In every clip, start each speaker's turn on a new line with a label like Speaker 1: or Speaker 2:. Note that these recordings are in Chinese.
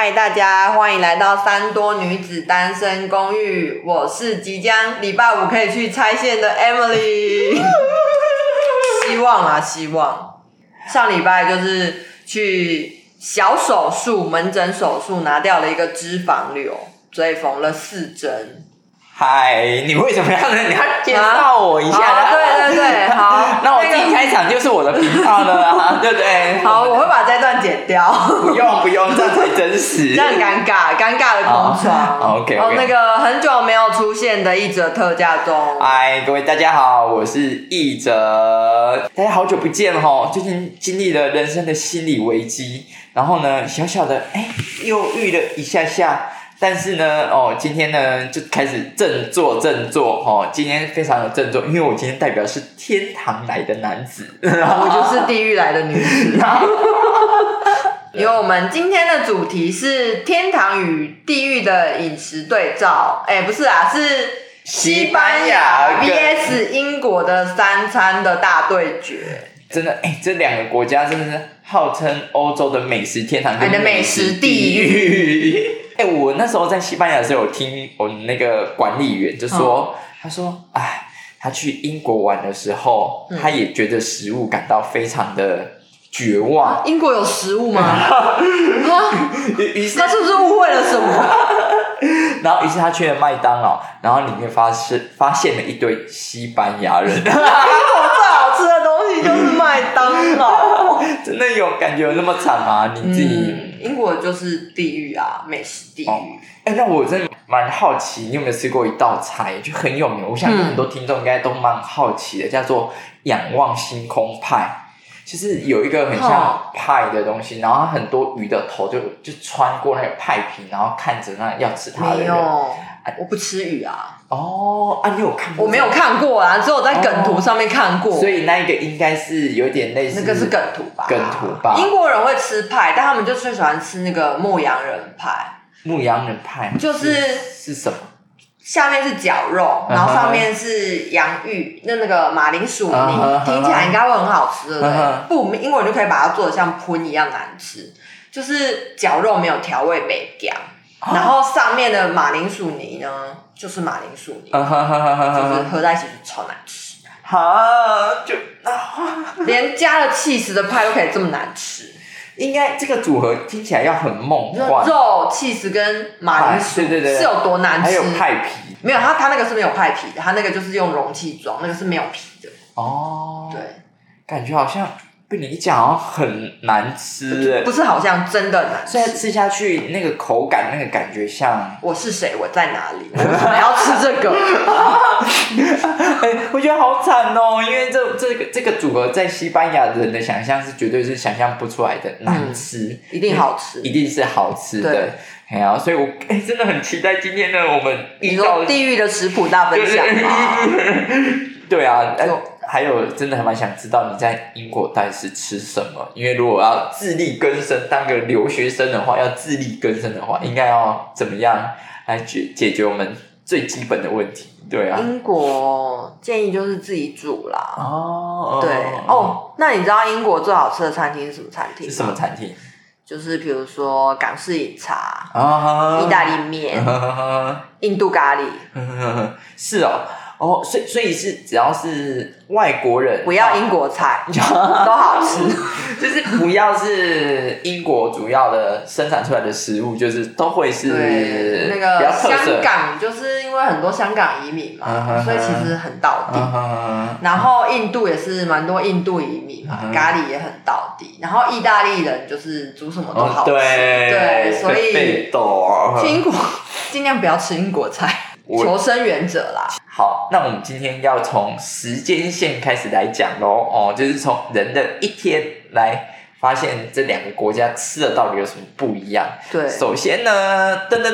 Speaker 1: 嗨，大家欢迎来到三多女子单身公寓，我是即将礼拜五可以去拆线的 Emily 希望啦，希望上礼拜就是去小手术门诊手术拿掉了一个脂肪瘤，所以缝了4针。
Speaker 2: 嗨，你为什么要介绍我一下呢？
Speaker 1: 对，好，
Speaker 2: 那我自己开场就是我的频道了啊，对不对？
Speaker 1: 好，我会把这段剪掉。
Speaker 2: 不用，这样才真实。
Speaker 1: 这样尴尬的空窗。
Speaker 2: OK。
Speaker 1: 那个很久没有出现的译者特价中。
Speaker 2: 嗨，各位大家好，我是译者。大家好久不见齁，最近经历了人生的心理危机，然后呢，小小的忧郁了一下。但是呢，今天呢就开始振作今天非常的振作，因为我今天代表是天堂来的男子，
Speaker 1: 我就是地狱来的女子。因为我们今天的主题是天堂与地狱的饮食对照，不是啊，是西班牙 vs 英国的3餐的大对决。
Speaker 2: 真的，这两个国家真的是号称欧洲的美食天堂跟
Speaker 1: 美食地狱。
Speaker 2: 我那时候在西班牙的时候有听我们那个管理员就说，他说，他去英国玩的时候，他也觉得食物感到非常的绝望。
Speaker 1: 英国有食物吗？于是他是不是误会了什么？
Speaker 2: 然后于是他去了麦当劳，然后里面发现了一堆西班牙人。
Speaker 1: 英国最好吃的东西就是麦当劳。
Speaker 2: 真的有感觉有那么惨吗？你自己？
Speaker 1: 英国就是地狱啊，美食地狱。
Speaker 2: 那我真的蛮好奇，你有没有吃过一道菜就很有名？我想很多听众应该都蛮好奇的，叫做仰望星空派。就是有一个很像派的东西，然后很多鱼的头就穿过那个派皮，然后看着那要吃它的人。没有，
Speaker 1: 我不吃鱼啊。
Speaker 2: 你有看过？
Speaker 1: 我没有看过啊，只有在梗图上面看过。
Speaker 2: 所以那一个应该是有点类似，
Speaker 1: 那个是梗图吧？英国人会吃派，但他们就最喜欢吃那个牧羊人派。
Speaker 2: 牧羊人派是什么？
Speaker 1: 下面是绞肉，然后上面是洋芋，那个马铃薯泥，听起来应该会很好吃，对不对？不，英国人就可以把它做得像喷一样难吃，就是绞肉没有调味北姜，然后上面的马铃薯泥呢，就是马铃薯泥，就是合在一起就超难吃。连加了cheese的派都可以这么难吃。
Speaker 2: 应该这个组合听起来要很梦幻，
Speaker 1: 肉、cheese 跟马铃薯，对，是有多难吃？
Speaker 2: 还有派皮，
Speaker 1: 没有，他那个是没有派皮的，他那个就是用容器装，那个是没有皮的。对，
Speaker 2: 感觉好像被你一讲好像很难吃，
Speaker 1: 不是好像真的难吃，
Speaker 2: 所以吃下去那个口感那个感觉像
Speaker 1: 我是谁，我在哪里，我为什么要吃这个？
Speaker 2: 我觉得好惨因为这个组合在西班牙人的想象是绝对是想象不出来的难吃，
Speaker 1: 一定好吃，
Speaker 2: 一定是好吃的。所以我真的很期待今天呢我们
Speaker 1: 你说地狱的食谱大分享吗？
Speaker 2: 对啊，还有真的还蛮想知道你在英国到底是吃什么，因为如果要自力更生，当个留学生的话，要自力更生的话，应该要怎么样来解决我们最基本的问题？对啊，
Speaker 1: 英国建议就是自己煮啦。
Speaker 2: 对
Speaker 1: 那你知道英国最好吃的餐厅是什么餐厅吗？
Speaker 2: 是什么餐厅？
Speaker 1: 就是比如说港式饮茶、意大利面、印度咖喱。
Speaker 2: 是所以是只要是外国人，
Speaker 1: 不要英国菜都好吃，
Speaker 2: 就是不要是英国主要的生产出来的食物，就是都会是
Speaker 1: 那个香港，就是因为很多香港移民嘛，所以其实很道地。然后印度也是蛮多印度移民嘛，咖喱也很道地。然后意大利人就是煮什么都好吃，对，所以去英国尽量不要吃英国菜，求生原则啦。
Speaker 2: 好，那我们今天要从时间线开始来讲咯，就是从人的一天来发现这两个国家吃的到底有什么不一样。
Speaker 1: 对，
Speaker 2: 首先呢，噔，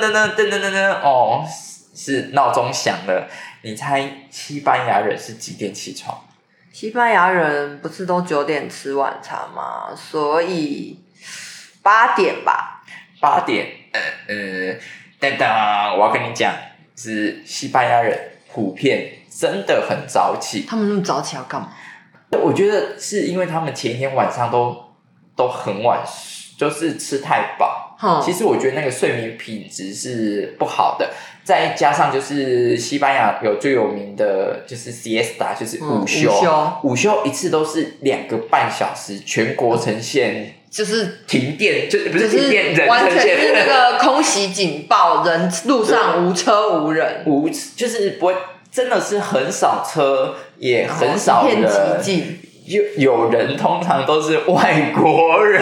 Speaker 2: 是闹钟响了，你猜西班牙人是几点起床？
Speaker 1: 西班牙人不是都9点吃晚餐吗？所以8点吧。
Speaker 2: 8点，我要跟你讲，是西班牙人普遍真的很早起。
Speaker 1: 他们那么早起要干嘛？
Speaker 2: 我觉得是因为他们前一天晚上都很晚，就是吃太饱， 其实我觉得那个睡眠品质是不好的。再加上就是西班牙有最有名的就是 siesta， 就是午休，午休一次都是2个半小时，全国呈现就是停电，就不是停电，人
Speaker 1: 完全是那个空袭警报，人路上无车无人，
Speaker 2: 就是不会，真的是很少车，也很少人，
Speaker 1: 一片寂静。
Speaker 2: 有人通常都是外国人。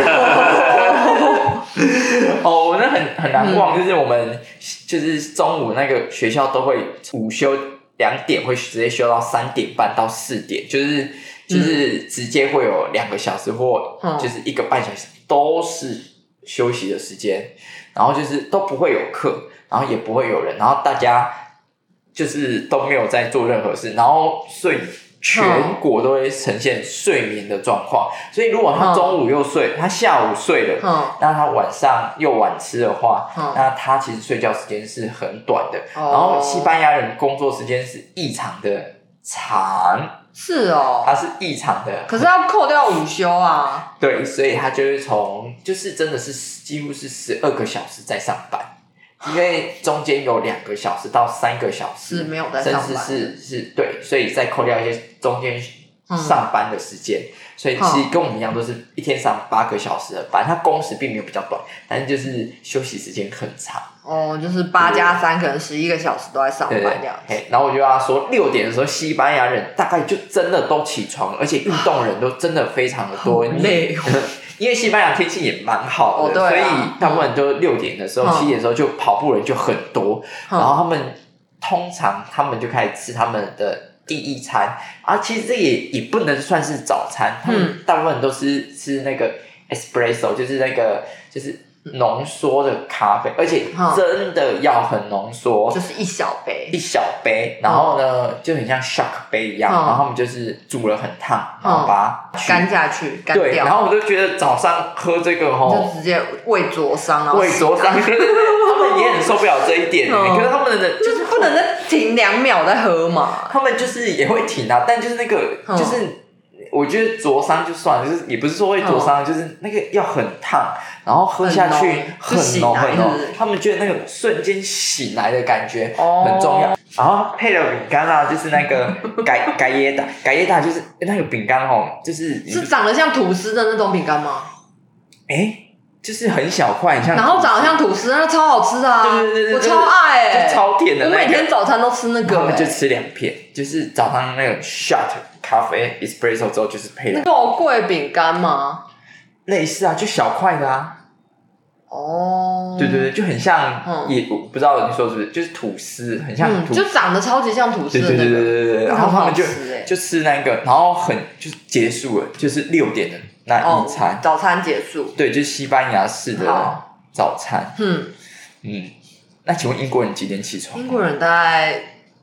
Speaker 2: 哦，那很难忘，就是我们就是中午那个学校都会午休2点，会直接休到3点半到4点，就是直接会有2个小时或就是1个半小时都是休息的时间，然后就是都不会有课，然后也不会有人，然后大家就是都没有在做任何事，然后全国都会呈现睡眠的状况，所以如果他中午又睡，他下午睡了，那他晚上又晚吃的话，那他其实睡觉时间是很短的。然后西班牙人工作时间是异常的长，
Speaker 1: 是哦，
Speaker 2: 他是异常的，
Speaker 1: 可是要扣掉午休啊。
Speaker 2: 对，所以他就会就是真的是几乎是12个小时在上班。因为中间有2个小时到3个小时
Speaker 1: 是没有在上班，
Speaker 2: 甚至是对，所以再扣掉一些中间上班的时间，所以其实跟我们一样都是一天上8个小时的班，它工时并没有比较短，但是就是休息时间很长。
Speaker 1: 哦，就是8加3可能11个小时都在上班这样子。
Speaker 2: 然后我就要说6点的时候，西班牙人大概就真的都起床了，而且运动人都真的非常的多，
Speaker 1: 累。
Speaker 2: 因为西班牙天气也蛮好的，所以大部分都6点的时候、7点的时候就跑步人就很多，然后通常他们就开始吃他们的第一餐啊，其实这也不能算是早餐，他们大部分都是吃那个 espresso， 就是那个就是浓缩的咖啡，而且真的要很浓缩，
Speaker 1: 就是一小杯，
Speaker 2: 然后呢就很像 shot 杯一样，然后他们就是煮了很烫，然后把它
Speaker 1: 干下去，干掉。
Speaker 2: 对，然后我就觉得早上喝这个
Speaker 1: 就直接胃灼伤，
Speaker 2: 胃灼伤，他们也很受不了这一点，可是他们的
Speaker 1: 就是不能再停2秒再喝嘛，
Speaker 2: 他们就是也会停啊，但就是那个就是。我觉得灼伤就算了，就是也不是说会灼伤，就是那个要很烫，然后喝下去很浓很浓，他们觉得那个瞬间醒来的感觉很重要。然后配了饼干啊，就是那个盖耶达就是那个饼干就是
Speaker 1: 长得像吐司的那种饼干吗？
Speaker 2: 就是很小块，像
Speaker 1: 然后长得像吐司，那超好吃的啊！
Speaker 2: 对，
Speaker 1: 我超爱
Speaker 2: 就超甜的那个。
Speaker 1: 我每天早餐都吃那个，
Speaker 2: 他们就吃2片，就是早上那个 shot 咖啡 espresso 之后就是配了。
Speaker 1: 肉桂饼干吗？
Speaker 2: 类似啊，就小块的啊。哦，对，就很像，也我不知道你说是不是，就是吐司，很像吐司，
Speaker 1: 就长得超级像吐司的那个。
Speaker 2: 对，然后他们就吃那个，然后就是结束了，就是6点的那一餐，
Speaker 1: 早餐结束。
Speaker 2: 对，就是西班牙式的早餐。那请问英国人几点起床？
Speaker 1: 英国人大概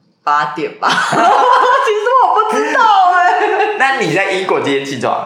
Speaker 1: 8点吧。其实我不知道
Speaker 2: 那你在英国几点起床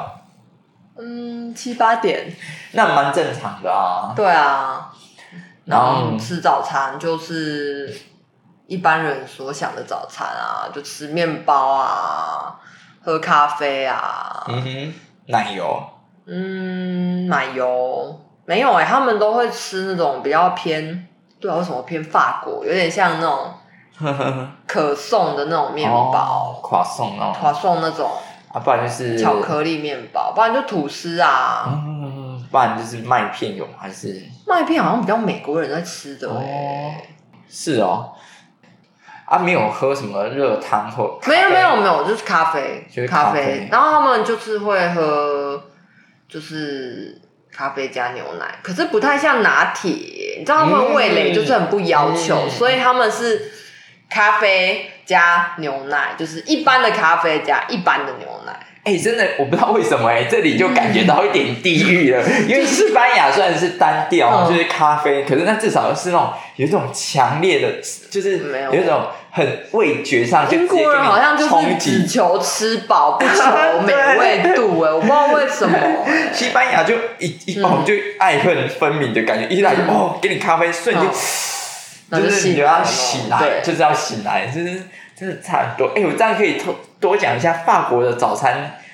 Speaker 1: ？7、8点。
Speaker 2: 那蛮正常的啊。
Speaker 1: 对啊。然后吃早餐就是一般人所想的早餐啊，就吃面包啊，喝咖啡啊。
Speaker 2: 奶油。
Speaker 1: 奶油没有他们都会吃那种比较偏，对啊，为什么偏法国？有点像那种可颂的那种面包，
Speaker 2: 垮颂
Speaker 1: 那种
Speaker 2: 啊，不然就是
Speaker 1: 巧克力面包，不然就吐司啊，
Speaker 2: 不然就是麦片有还是
Speaker 1: 麦片好像比较美国人在吃的
Speaker 2: 是没有喝什么热汤或
Speaker 1: 没有，就是咖啡，咖啡，然后他们就是会喝就是咖啡加牛奶，可是不太像拿铁，你知道他们味蕾就是很不要求，所以他们是咖啡加牛奶，就是一般的咖啡加一般的牛奶。
Speaker 2: 真的我不知道为什么这里就感觉到一点地狱了，因为西班牙虽然是单调就是咖啡，可是那至少是那种有一种强烈的，就是有一种很味觉上就直接给你冲击。英国人
Speaker 1: 好像就是只求吃饱不求美味度我不知道为什么
Speaker 2: 西班牙就一就爱恨分明的感觉，一来给你咖啡瞬间就是你就要醒来，就是要醒来，就是真的差很多。我这样可以多讲一下法国的早餐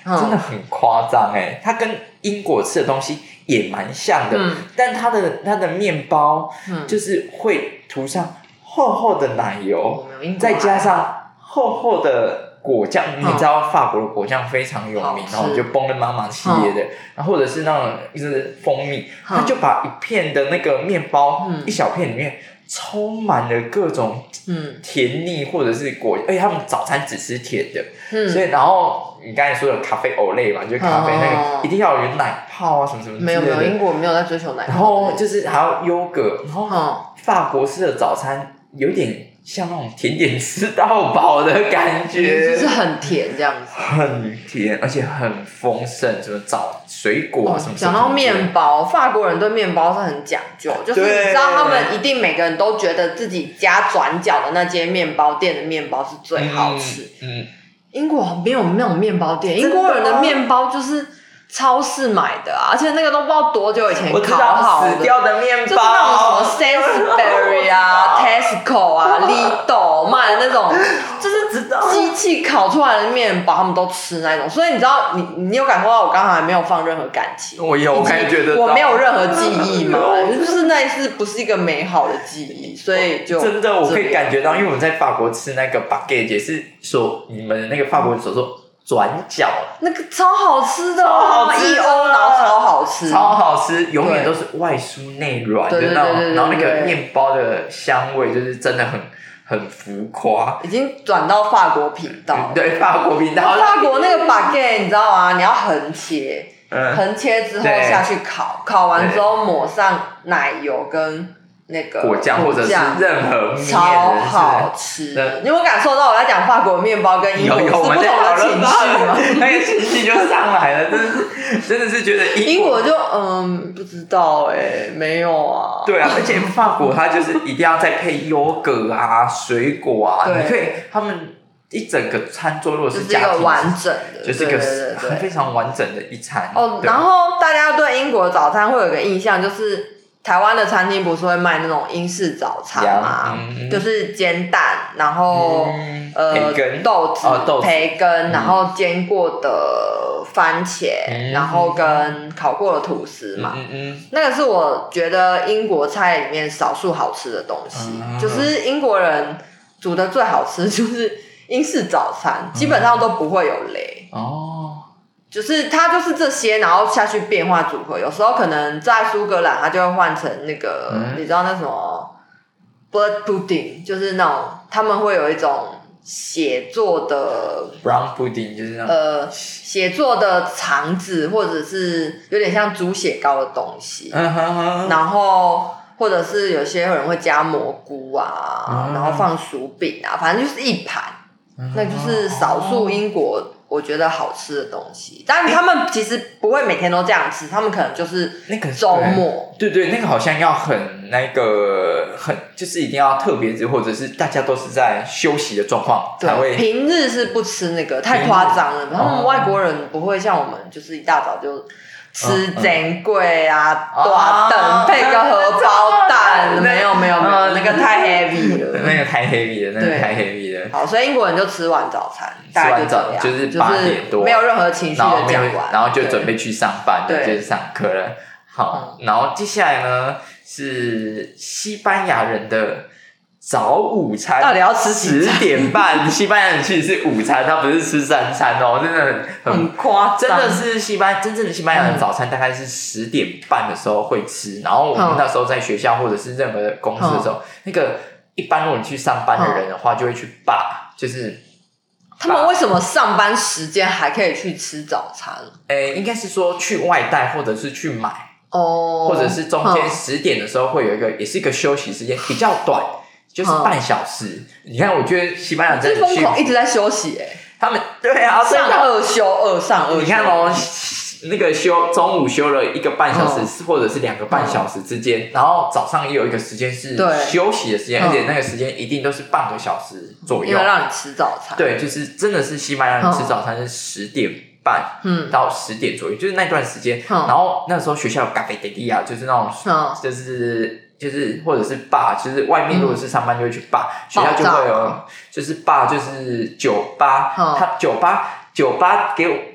Speaker 2: 真的很夸张哎，它跟英国吃的东西也蛮像的，但它的面包就是会涂上厚厚的奶油，再加上厚厚的果酱，你知道法国的果酱非常有名，然后就崩了妈妈系列的，然后或者是那种就是蜂蜜，他就把一片的那个面包，一小片里面充满了各种甜腻或者是果，而且他们早餐只吃甜的，所以然后你刚才说的咖啡欧蕾嘛，就是咖啡那个一定要有奶泡啊什么什么之类的，
Speaker 1: 没有英国没有在追求奶泡，
Speaker 2: 然后就是还要优格，然后法国式的早餐有点像那种甜点吃到饱的感觉，
Speaker 1: 就是很甜这样子，
Speaker 2: 很甜，而且很丰盛，什么水果啊什么。
Speaker 1: 讲到面包，法国人对面包是很讲究，就是你知道他们一定每个人都觉得自己家转角的那间面包店的面包是最好吃。英国没有那种面包店，英国人的面包就是超市买的啊，而且那个都不知道多久以前烤好的，
Speaker 2: 死掉的面包，
Speaker 1: 就是那种什么 Sainsbury 啊、Tesco 啊、Lidl 卖的那种，就是机器烤出来的面包，他们都吃那种。所以你知道，你有感受到我刚才没有放任何感情？
Speaker 2: 我有，我感觉得到，
Speaker 1: 我没有任何记忆嘛，就是那一次不是一个美好的记忆，所以就
Speaker 2: 真的我可以感觉到，因为我们在法国吃那个 baguette 也是说你们那个法国人所说。转角
Speaker 1: 那个超好吃的，1欧然后超好吃，
Speaker 2: 超好吃，永远都是外酥内软的那种，然后那个面包的香味就是真的很浮夸，
Speaker 1: 已经转到法国频道，
Speaker 2: 对，法国频道，
Speaker 1: 法国那个 baguette 你知道吗？你要横切，横切之后下去烤，烤完之后抹上奶油跟那个
Speaker 2: 果酱或者是任何面，
Speaker 1: 超好吃。你有没有感受到我在讲法国面包跟英国是不同的情绪吗？
Speaker 2: 那个情绪就上来了，真的是觉得
Speaker 1: 英国就不知道没有啊。
Speaker 2: 对啊，而且法国它就是一定要再配优格啊、水果啊，你可以他们一整个餐桌如果是家庭，
Speaker 1: 就是一个完整的，
Speaker 2: 就是一个非常完整的一餐。
Speaker 1: 然后大家对英国的早餐会有一个印象就是。台湾的餐厅不是会卖那种英式早餐吗？就是煎蛋，然后
Speaker 2: 培根、
Speaker 1: 豆子、培根，然后煎过的番茄，然后跟烤过的吐司嘛。那个是我觉得英国菜里面少数好吃的东西，就是英国人煮的最好吃就是英式早餐，基本上都不会有雷。就是它就是这些，然后下去变化组合。有时候可能在苏格兰，它就会换成那个，你知道那什么 blood pudding， 就是那种他们会有一种血做的
Speaker 2: brown pudding， 就是那种
Speaker 1: 血做的肠子，或者是有点像猪血糕的东西。然后或者是有些人会加蘑菇啊，然后放薯饼啊，反正就是一盘。那就是少数英国。我觉得好吃的东西，但他们其实不会每天都这样吃，他们可能就是那个周末，
Speaker 2: 对，那个好像要很就是一定要特别日，或者是大家都是在休息的状况才会。
Speaker 1: 平日是不吃那个，太夸张了。他们外国人不会像我们，就是一大早就吃珍贵啊，大蛋配个荷包蛋，没有，那个太 heavy 了，
Speaker 2: 那个太 heavy 了，
Speaker 1: 好，所以英国人就吃完早餐，大概就这样，
Speaker 2: 就是8点多，
Speaker 1: 没有任何情绪的讲完，
Speaker 2: 然后就准备去上班了，就是上课了。好，然后接下来呢是西班牙人的早午餐，
Speaker 1: 到底要吃
Speaker 2: 10点半？西班牙人其实是午餐，他不是吃3餐哦，真的
Speaker 1: 很夸张。
Speaker 2: 真的是真正的西班牙人早餐大概是10点半的时候会吃，然后我们那时候在学校或者是任何的公司的时候，那个一般如果你去上班的人的话，就会去bar，就是
Speaker 1: 他们为什么上班时间还可以去吃早餐？
Speaker 2: 应该是说去外带或者是去买或者是中间10点的时候会有一个，也是一个休息时间比较短。就是半小时，你看，我觉得西班牙真的
Speaker 1: 疯狂一直在休息
Speaker 2: 他们对啊，
Speaker 1: 上2休2上2休，
Speaker 2: 你看那个中午休了1个半小时，或者是2个半小时之间，然后早上也有一个时间是休息的时间，而且那个时间一定都是半个小时左右，
Speaker 1: 因为让你吃早餐。
Speaker 2: 对，就是真的是西班牙人吃早餐是10点半到10点左右，就是那段时间。然后那时候学校有咖啡店啊，就是那种就是或者是bar，就是外面如果是上班就会去bar，学校就会有就是bar，就是酒吧，它酒吧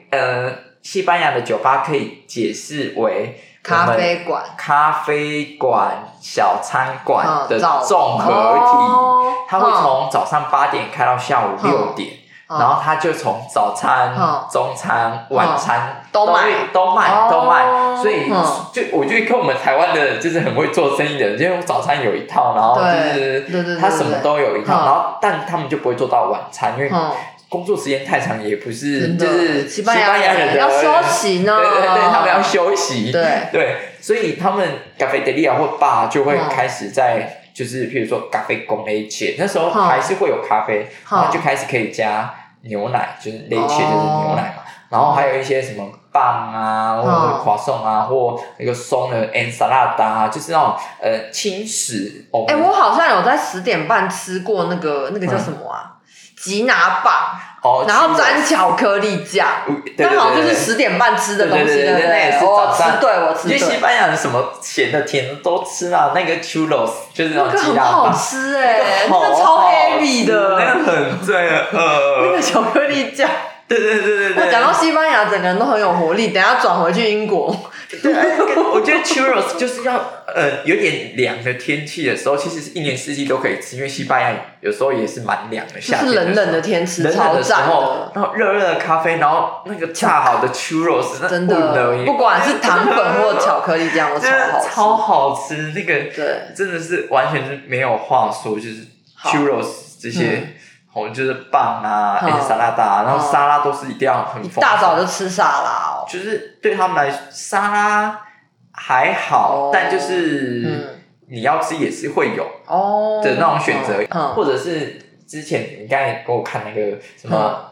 Speaker 2: 西班牙的酒吧可以解释为
Speaker 1: 咖啡馆、
Speaker 2: 小餐馆的综合体，它会从早上8点开到下午6点，然后它就从早餐、中餐、晚餐都卖，所以就我觉得跟我们台湾的就是很会做生意的人，因为早餐有一套，然后就是他什么都有一套，然后但他们就不会做到晚餐，因为工作时间太长也不是，就是西班牙人
Speaker 1: 要休息呢，
Speaker 2: 对，他们要休息，
Speaker 1: 对，
Speaker 2: 所以他们咖啡德利亚或bar就会开始在就是譬如说咖啡con leche，那时候还是会有咖啡，然后就开始可以加牛奶，就是 leche 就是牛奶嘛，然后还有一些什么棒啊，或者是croissant送啊，或那个松的 ensalada 啊，就是那种轻食。
Speaker 1: 我好像有在10点半吃过那个叫什么啊？吉拿棒，然后沾巧克力酱，那好像就是10点半吃的东西，对不对？我吃对，
Speaker 2: 因为西班牙人什么咸的甜的都吃啊，那个 churros 就是那种吉拿棒，
Speaker 1: 很好吃那个超 heavy 的，
Speaker 2: 那个很罪
Speaker 1: 那个巧克力酱。
Speaker 2: 对，
Speaker 1: 我讲到西班牙，整个人都很有活力。等一下转回去英国。
Speaker 2: 对，我觉得 churros 就是要有点凉的天气的时候，其实是1年4季都可以吃，因为西班牙有时候也是蛮凉的，夏天
Speaker 1: 就是冷的天吃，超赞的。
Speaker 2: 然后热的咖啡，然后那个炸好的 churros，
Speaker 1: 真的，不管是糖粉或巧克力酱，都
Speaker 2: 超好吃。那个
Speaker 1: 对，
Speaker 2: 真的是完全是没有话说，就是 churros 这些。就是棒啊，ensalada 啊，然后沙拉都是一定要很丰富。
Speaker 1: 一大早就吃沙拉哦。
Speaker 2: 就是对他们来说，沙拉还好，但就是你要吃也是会有的那种选择，或者是之前你刚才给我看那个什么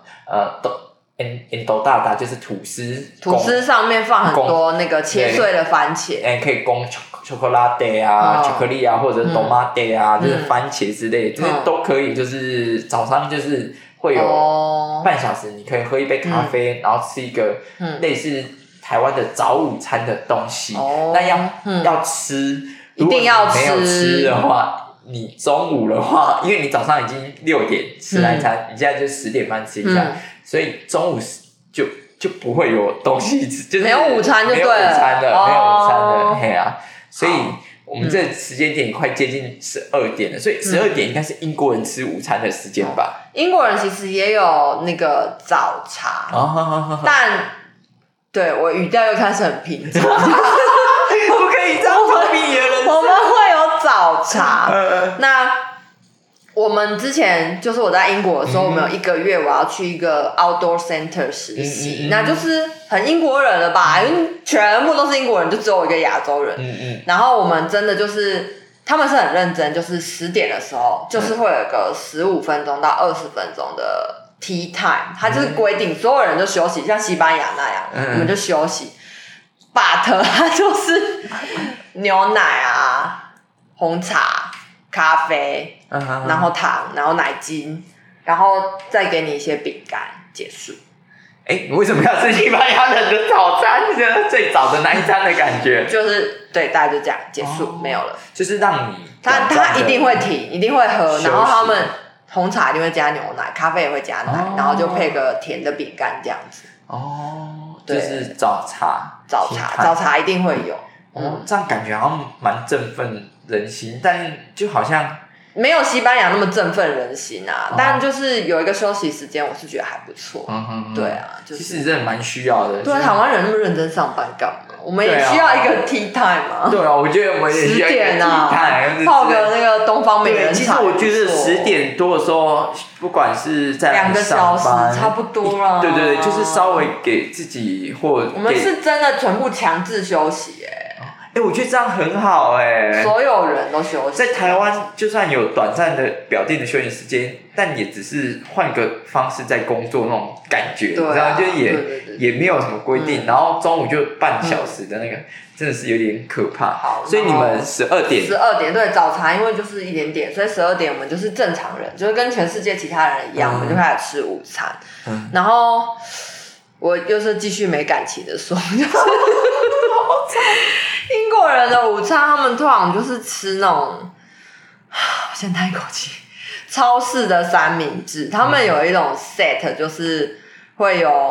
Speaker 2: endodada 就是吐司
Speaker 1: 上面放很多那个切碎的番茄，
Speaker 2: 可以供chocolate 啊，巧克力啊，或者 tomate 啊，就是番茄之类的，就是都可以。就是早上就是会有半小时，你可以喝一杯咖啡，然后吃一个类似台湾的早午餐的东西。那要吃，
Speaker 1: 一定要吃。
Speaker 2: 没有吃的话，你中午的话，因为你早上已经6点吃那餐，你现在就10点半吃一下，所以中午就不会有东西吃，就是
Speaker 1: 没有午餐就对了，
Speaker 2: 没有午餐的，嘿啊。所以我们这时间点快接近12点了，所以12点应该是英国人吃午餐的时间吧？
Speaker 1: 英国人其实也有那个早茶，但对我语调又开始很平常，不
Speaker 2: 可以这样封闭别人。
Speaker 1: 我们会有早茶，那我们之前就是我在英国的时候，我们有1个月我要去一个 outdoor center 实习，那就是很英国人了吧，因为全部都是英国人，就只有我一个亚洲人。然后我们真的就是他们是很认真，就是10点的时候，就是会有一个15分钟到20分钟的 tea time， 它就是规定所有人就休息，像西班牙那样，我们就休息。but 它就是牛奶啊、红茶、咖啡，然后糖，然后奶精，然后再给你一些饼干，结束。
Speaker 2: 你为什么要吃西班牙人的早餐？最早的那一餐的感觉，
Speaker 1: 就是对，大概就这样结束，没有了。
Speaker 2: 就是让你
Speaker 1: 他一定会停，一定会喝，然后他们红茶一定会加牛奶，咖啡也会加奶，然后就配个甜的饼干这样子。
Speaker 2: 就是早
Speaker 1: 茶一定会有。
Speaker 2: 这样感觉好像蛮振奋人心，但就好像
Speaker 1: 没有西班牙那么振奋人心啊，但就是有一个休息时间，我是觉得还不错。对啊，就是
Speaker 2: 其实真的蛮需要的。
Speaker 1: 对啊，台湾人那么认真上班干嘛？我们也需要一个 tea time 嘛。
Speaker 2: 对啊，我觉得我们也需要一个 tea time，
Speaker 1: 泡个那个东方美人茶。
Speaker 2: 其实我觉得10点多的时候，不管是在
Speaker 1: 2个小时差不多了。
Speaker 2: 对，就是稍微给自己或
Speaker 1: 我们是真的全部强制休息
Speaker 2: 我觉得这样很好
Speaker 1: 所有人都休息。
Speaker 2: 在台湾，就算有短暂的表定的休息时间，但也只是换个方式在工作那种感觉，然后就也没有什么规定，然后中午就半小时的那个，真的是有点可怕。所以你们12点
Speaker 1: 对早茶，因为就是1点点，所以12点我们就是正常人，就是跟全世界其他人一样，我们就开始吃午餐。然后我就是继续没感情的说，就是英国人的午餐，他们通常就是吃那种，我先叹一口气，超市的三明治，他们有一种 set， 就是会有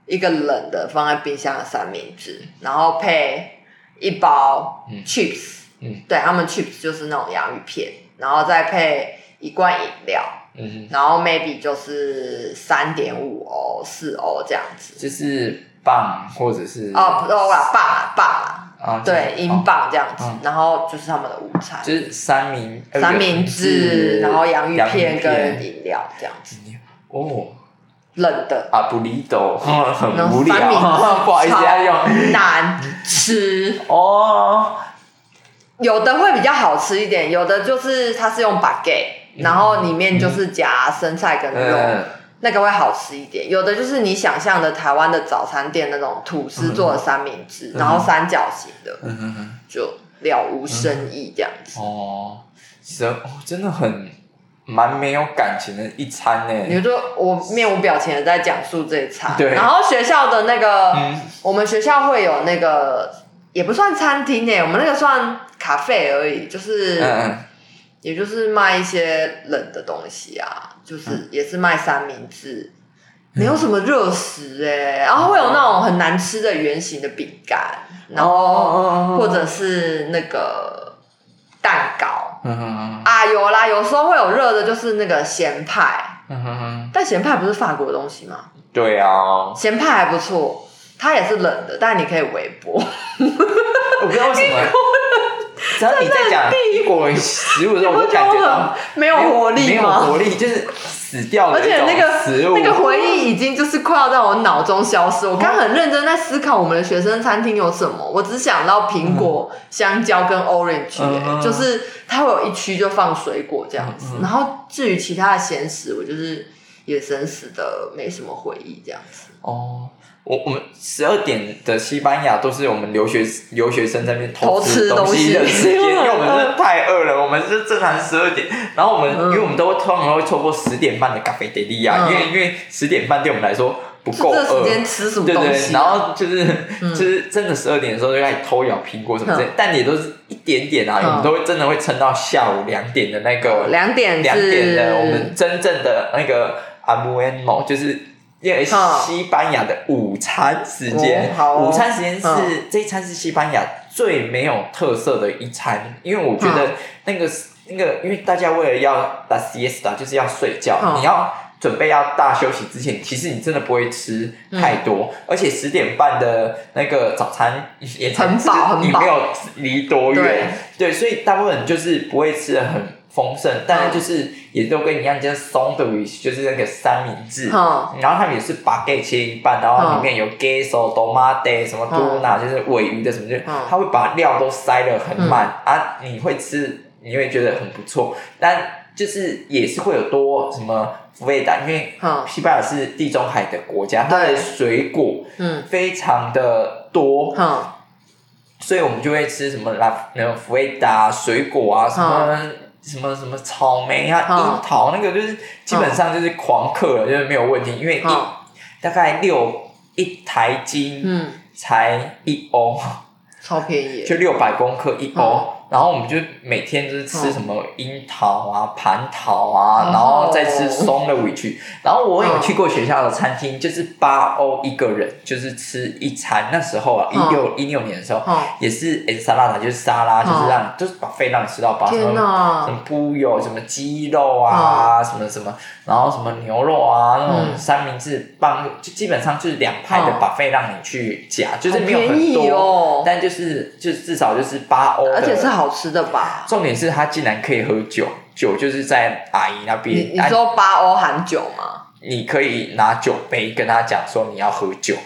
Speaker 1: 一个冷的放在冰箱的三明治，然后配一包 chips，对，他们 chips 就是那种洋芋片，然后再配一罐饮料，然后 maybe 就是3.5欧4欧这样子，
Speaker 2: 就是磅或者是
Speaker 1: 磅啦，对，英镑这样子，然后就是他们的午餐，
Speaker 2: 就是三明
Speaker 1: 治，然后洋芋片跟饮料这样子。
Speaker 2: 哦，
Speaker 1: 冷的
Speaker 2: 布里斗很无聊，不好意思要用
Speaker 1: 难吃
Speaker 2: 哦。
Speaker 1: 有的会比较好吃一点，有的就是它是用 baguette，然后里面就是夹生菜跟肉，那个会好吃一点。有的就是你想象的台湾的早餐店那种吐司做的三明治，然后三角形的，就了无生意这样子。
Speaker 2: 哦，真的蛮没有感情的一餐呢。
Speaker 1: 你说我面无表情的在讲述这一餐，
Speaker 2: 对。
Speaker 1: 然后学校的那个，我们学校会有那个，也不算餐厅我们那个算咖啡而已，就是，也就是卖一些冷的东西啊，就是也是卖三明治，没有什么热食然后会有那种很难吃的圆形的饼干，然后或者是那个蛋糕。有啦，有时候会有热的，就是那个咸派。但咸派不是法国的东西吗？
Speaker 2: 对啊，
Speaker 1: 咸派还不错，它也是冷的，但你可以微波。
Speaker 2: 我不知道为什么，只要你在讲英国食物的时候，我就感觉到
Speaker 1: 没有活力，
Speaker 2: 没有活力，就是死掉的一种食物。
Speaker 1: 那个回忆已经就是快要在我脑中消失。我刚很认真在思考我们的学生餐厅有什么，我只想到苹果、香蕉跟 orange，就是它会有一区就放水果这样子。然后至于其他的咸食，我就是也生死的没什么回忆这样子。
Speaker 2: 哦。我们12点的西班牙都是我们留学生在那边偷吃东西的时间，因为我们真的太饿了，我们是正常12点，然后因为我们通常会错过10点半的咖啡德利亚，因为10点半对我们来说不够饿，
Speaker 1: 这时间吃什么东西？
Speaker 2: 对，然后就是真的12点的时候就开始偷咬苹果什么之类，但也都是一点点啊，我们都会真的会撑到下午2点的那个
Speaker 1: 2点
Speaker 2: 的我们真正的那个阿姆恩某就是。因为西班牙的午餐时间，午餐时间是这一餐是西班牙最没有特色的一餐，因为我觉得那个，因为大家为了要 la siesta 就是要睡觉，你要准备要大休息之前，其实你真的不会吃太多，而且10点半的那个早餐也
Speaker 1: 很饱，
Speaker 2: 你没有离多远，对，所以大部分人就是不会吃得很丰盛，但是就是也都跟你一样，就是松的就是那个三明治，然后他们也是把 baguette 切一半，然后里面有 queso、tomate 什么 tuna 就是尾鱼的什么，就他会把料都塞得很满啊，你会吃，你会觉得很不错，但就是也是会有多什么福维达，因为西班牙是地中海的国家，它的水果非常的多。所以我们就会吃什么那种福维达水果啊，什么草莓啊、樱桃，那个就是基本上就是狂嗑了，就是没有问题，因为大概一台斤才1欧，
Speaker 1: 超便宜，
Speaker 2: 就600公克1欧。然后我们就每天就是吃什么樱桃啊、蟠桃啊，然后再吃松的委屈。然后我有去过学校的餐厅，就是8欧一个人，就是吃一餐。那时候啊，16年的时候，也是 ensalada 就是沙拉，就是把饭让你吃到饱，什么布有什么鸡肉啊，什么什么，然后什么牛肉啊，那种三明治棒，就基本上就是2排的把饭让你去夹，就是没有很多，但就是至少就是8欧的，
Speaker 1: 而且是好吃的吧？
Speaker 2: 重点是他竟然可以喝酒，酒就是在阿姨那边。
Speaker 1: 你说8欧含酒吗？
Speaker 2: 你可以拿酒杯跟他讲说你要喝酒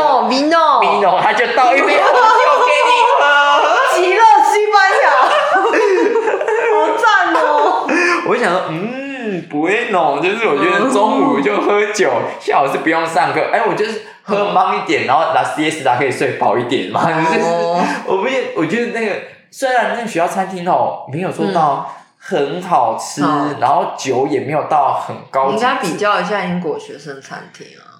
Speaker 1: ，Vino，
Speaker 2: 他就倒一杯红酒给你喝。
Speaker 1: 极乐西班牙，好赞哦！
Speaker 2: 我想说，不会弄，就是我觉得中午就喝酒，下午是不用上课。我就是喝忙一点，然后拿 siesta 可以睡饱一点嘛。我觉得那个。虽然那个学校餐厅没有做到很好吃，然后酒也没有到很高级，
Speaker 1: 你应该比较一下英国学生餐厅啊。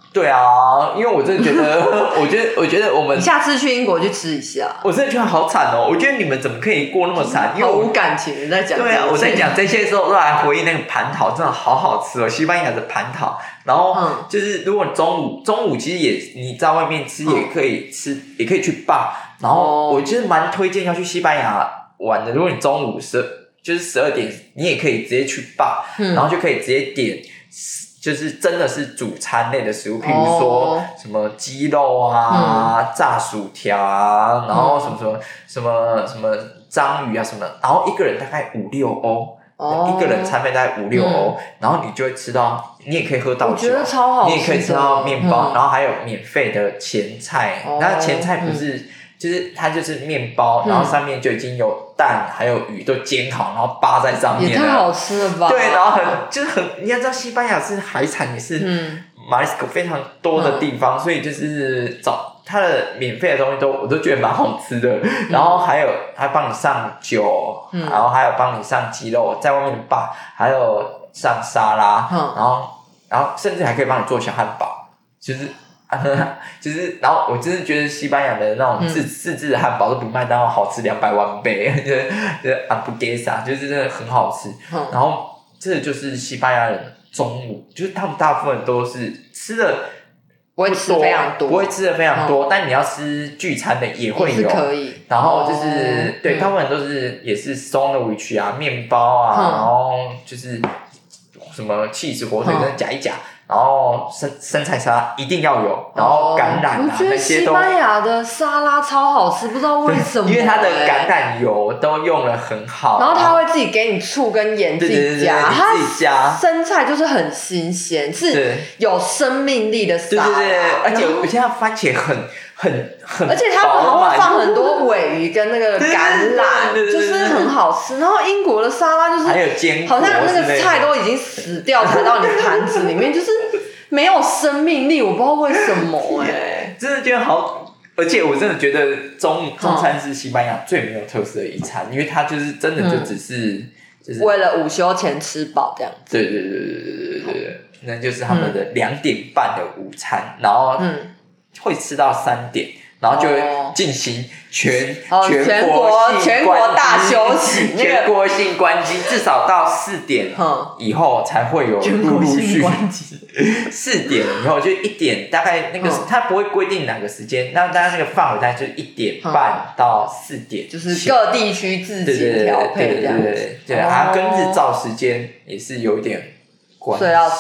Speaker 2: 对啊，因为我真的觉得，我觉得我们
Speaker 1: 你下次去英国去吃一下。
Speaker 2: 我真的觉得好惨哦！我觉得你们怎么可以过那么惨？因为
Speaker 1: 毫无感情的在讲。
Speaker 2: 对啊，我在讲这些的时候，都来回忆那个蟠桃，真的好好吃哦，西班牙的蟠桃。然后就是如果中午其实也你在外面吃也可以吃，也可以去bar。然后我就是蛮推荐要去西班牙玩的。如果你中午就是12点，你也可以直接去bar，然后就可以直接点。就是真的是主餐类的食物，譬如说什么鸡肉啊、炸薯条啊，然后什么章鱼啊什么，然后一个人大概5-6欧，一个人餐费大概5-6欧，然后你就会吃到，你也可以喝到酒，
Speaker 1: 我觉得超好吃的，
Speaker 2: 你也可以吃到面包，然后还有免费的前菜，那前菜不是。就是它就是面包，然后上面就已经有蛋还有鱼都煎好，然后扒在上面了，
Speaker 1: 也太好吃了吧？
Speaker 2: 对，然后你要知道西班牙是海产也是马里斯科非常多的地方，所以就是它的免费的东西我都觉得蛮好吃的，然后还帮你上酒，然后还有帮你上鸡肉，在外面的bar，还有上沙拉，然后甚至还可以帮你做小汉堡，就是，然后我真的觉得西班牙的那种自制的汉堡都比麦当劳好吃200万倍，就是hamburguesa，就是真的很好吃。然后这就是西班牙人中午，就是他们大部分都是吃的
Speaker 1: 不会吃非常多，
Speaker 2: 不会吃的非常多，但你要吃聚餐的也会有，
Speaker 1: 可以。
Speaker 2: 然后就是对，大部分都是也是 sandwich 啊、面包啊，然后就是什么cheese火腿跟夹一夹。然后生菜沙拉一定要有，然后橄榄啊那些都。我觉得
Speaker 1: 西班牙的沙拉超好吃，不知道为什么。
Speaker 2: 因为它的橄榄油都用得很好，
Speaker 1: 然后他会自己给你醋跟盐自己加，
Speaker 2: 他自己加
Speaker 1: 生菜就是很新鲜，是有生命力的沙拉。
Speaker 2: 对，而且我现在番茄很
Speaker 1: 而且他们还会放很多鲔鱼跟那个橄榄，就是很好吃。然后英国的沙拉就是
Speaker 2: 还有坚果，
Speaker 1: 好像那个菜都已经死掉才到你盘子里面，就是没有生命力，我不知道为什么
Speaker 2: 真的觉得好。而且我真的觉得中餐是西班牙最没有特色的一餐，因为它就是真的就只是就是
Speaker 1: 为了午休前吃饱这样子。
Speaker 2: 对，那就是他们的2点半的午餐，然后会吃到3点，然后就会进行全国
Speaker 1: 大休息，
Speaker 2: 全国性关机，至少到4点以后才会有陆续关机。4点以后就1点，大概那个它不会规定哪个时间，那大概那个范围大概就是1点半到4点，
Speaker 1: 就是各地区自己调配这样子。
Speaker 2: 对，它跟日照时间也是有一点。
Speaker 1: 睡到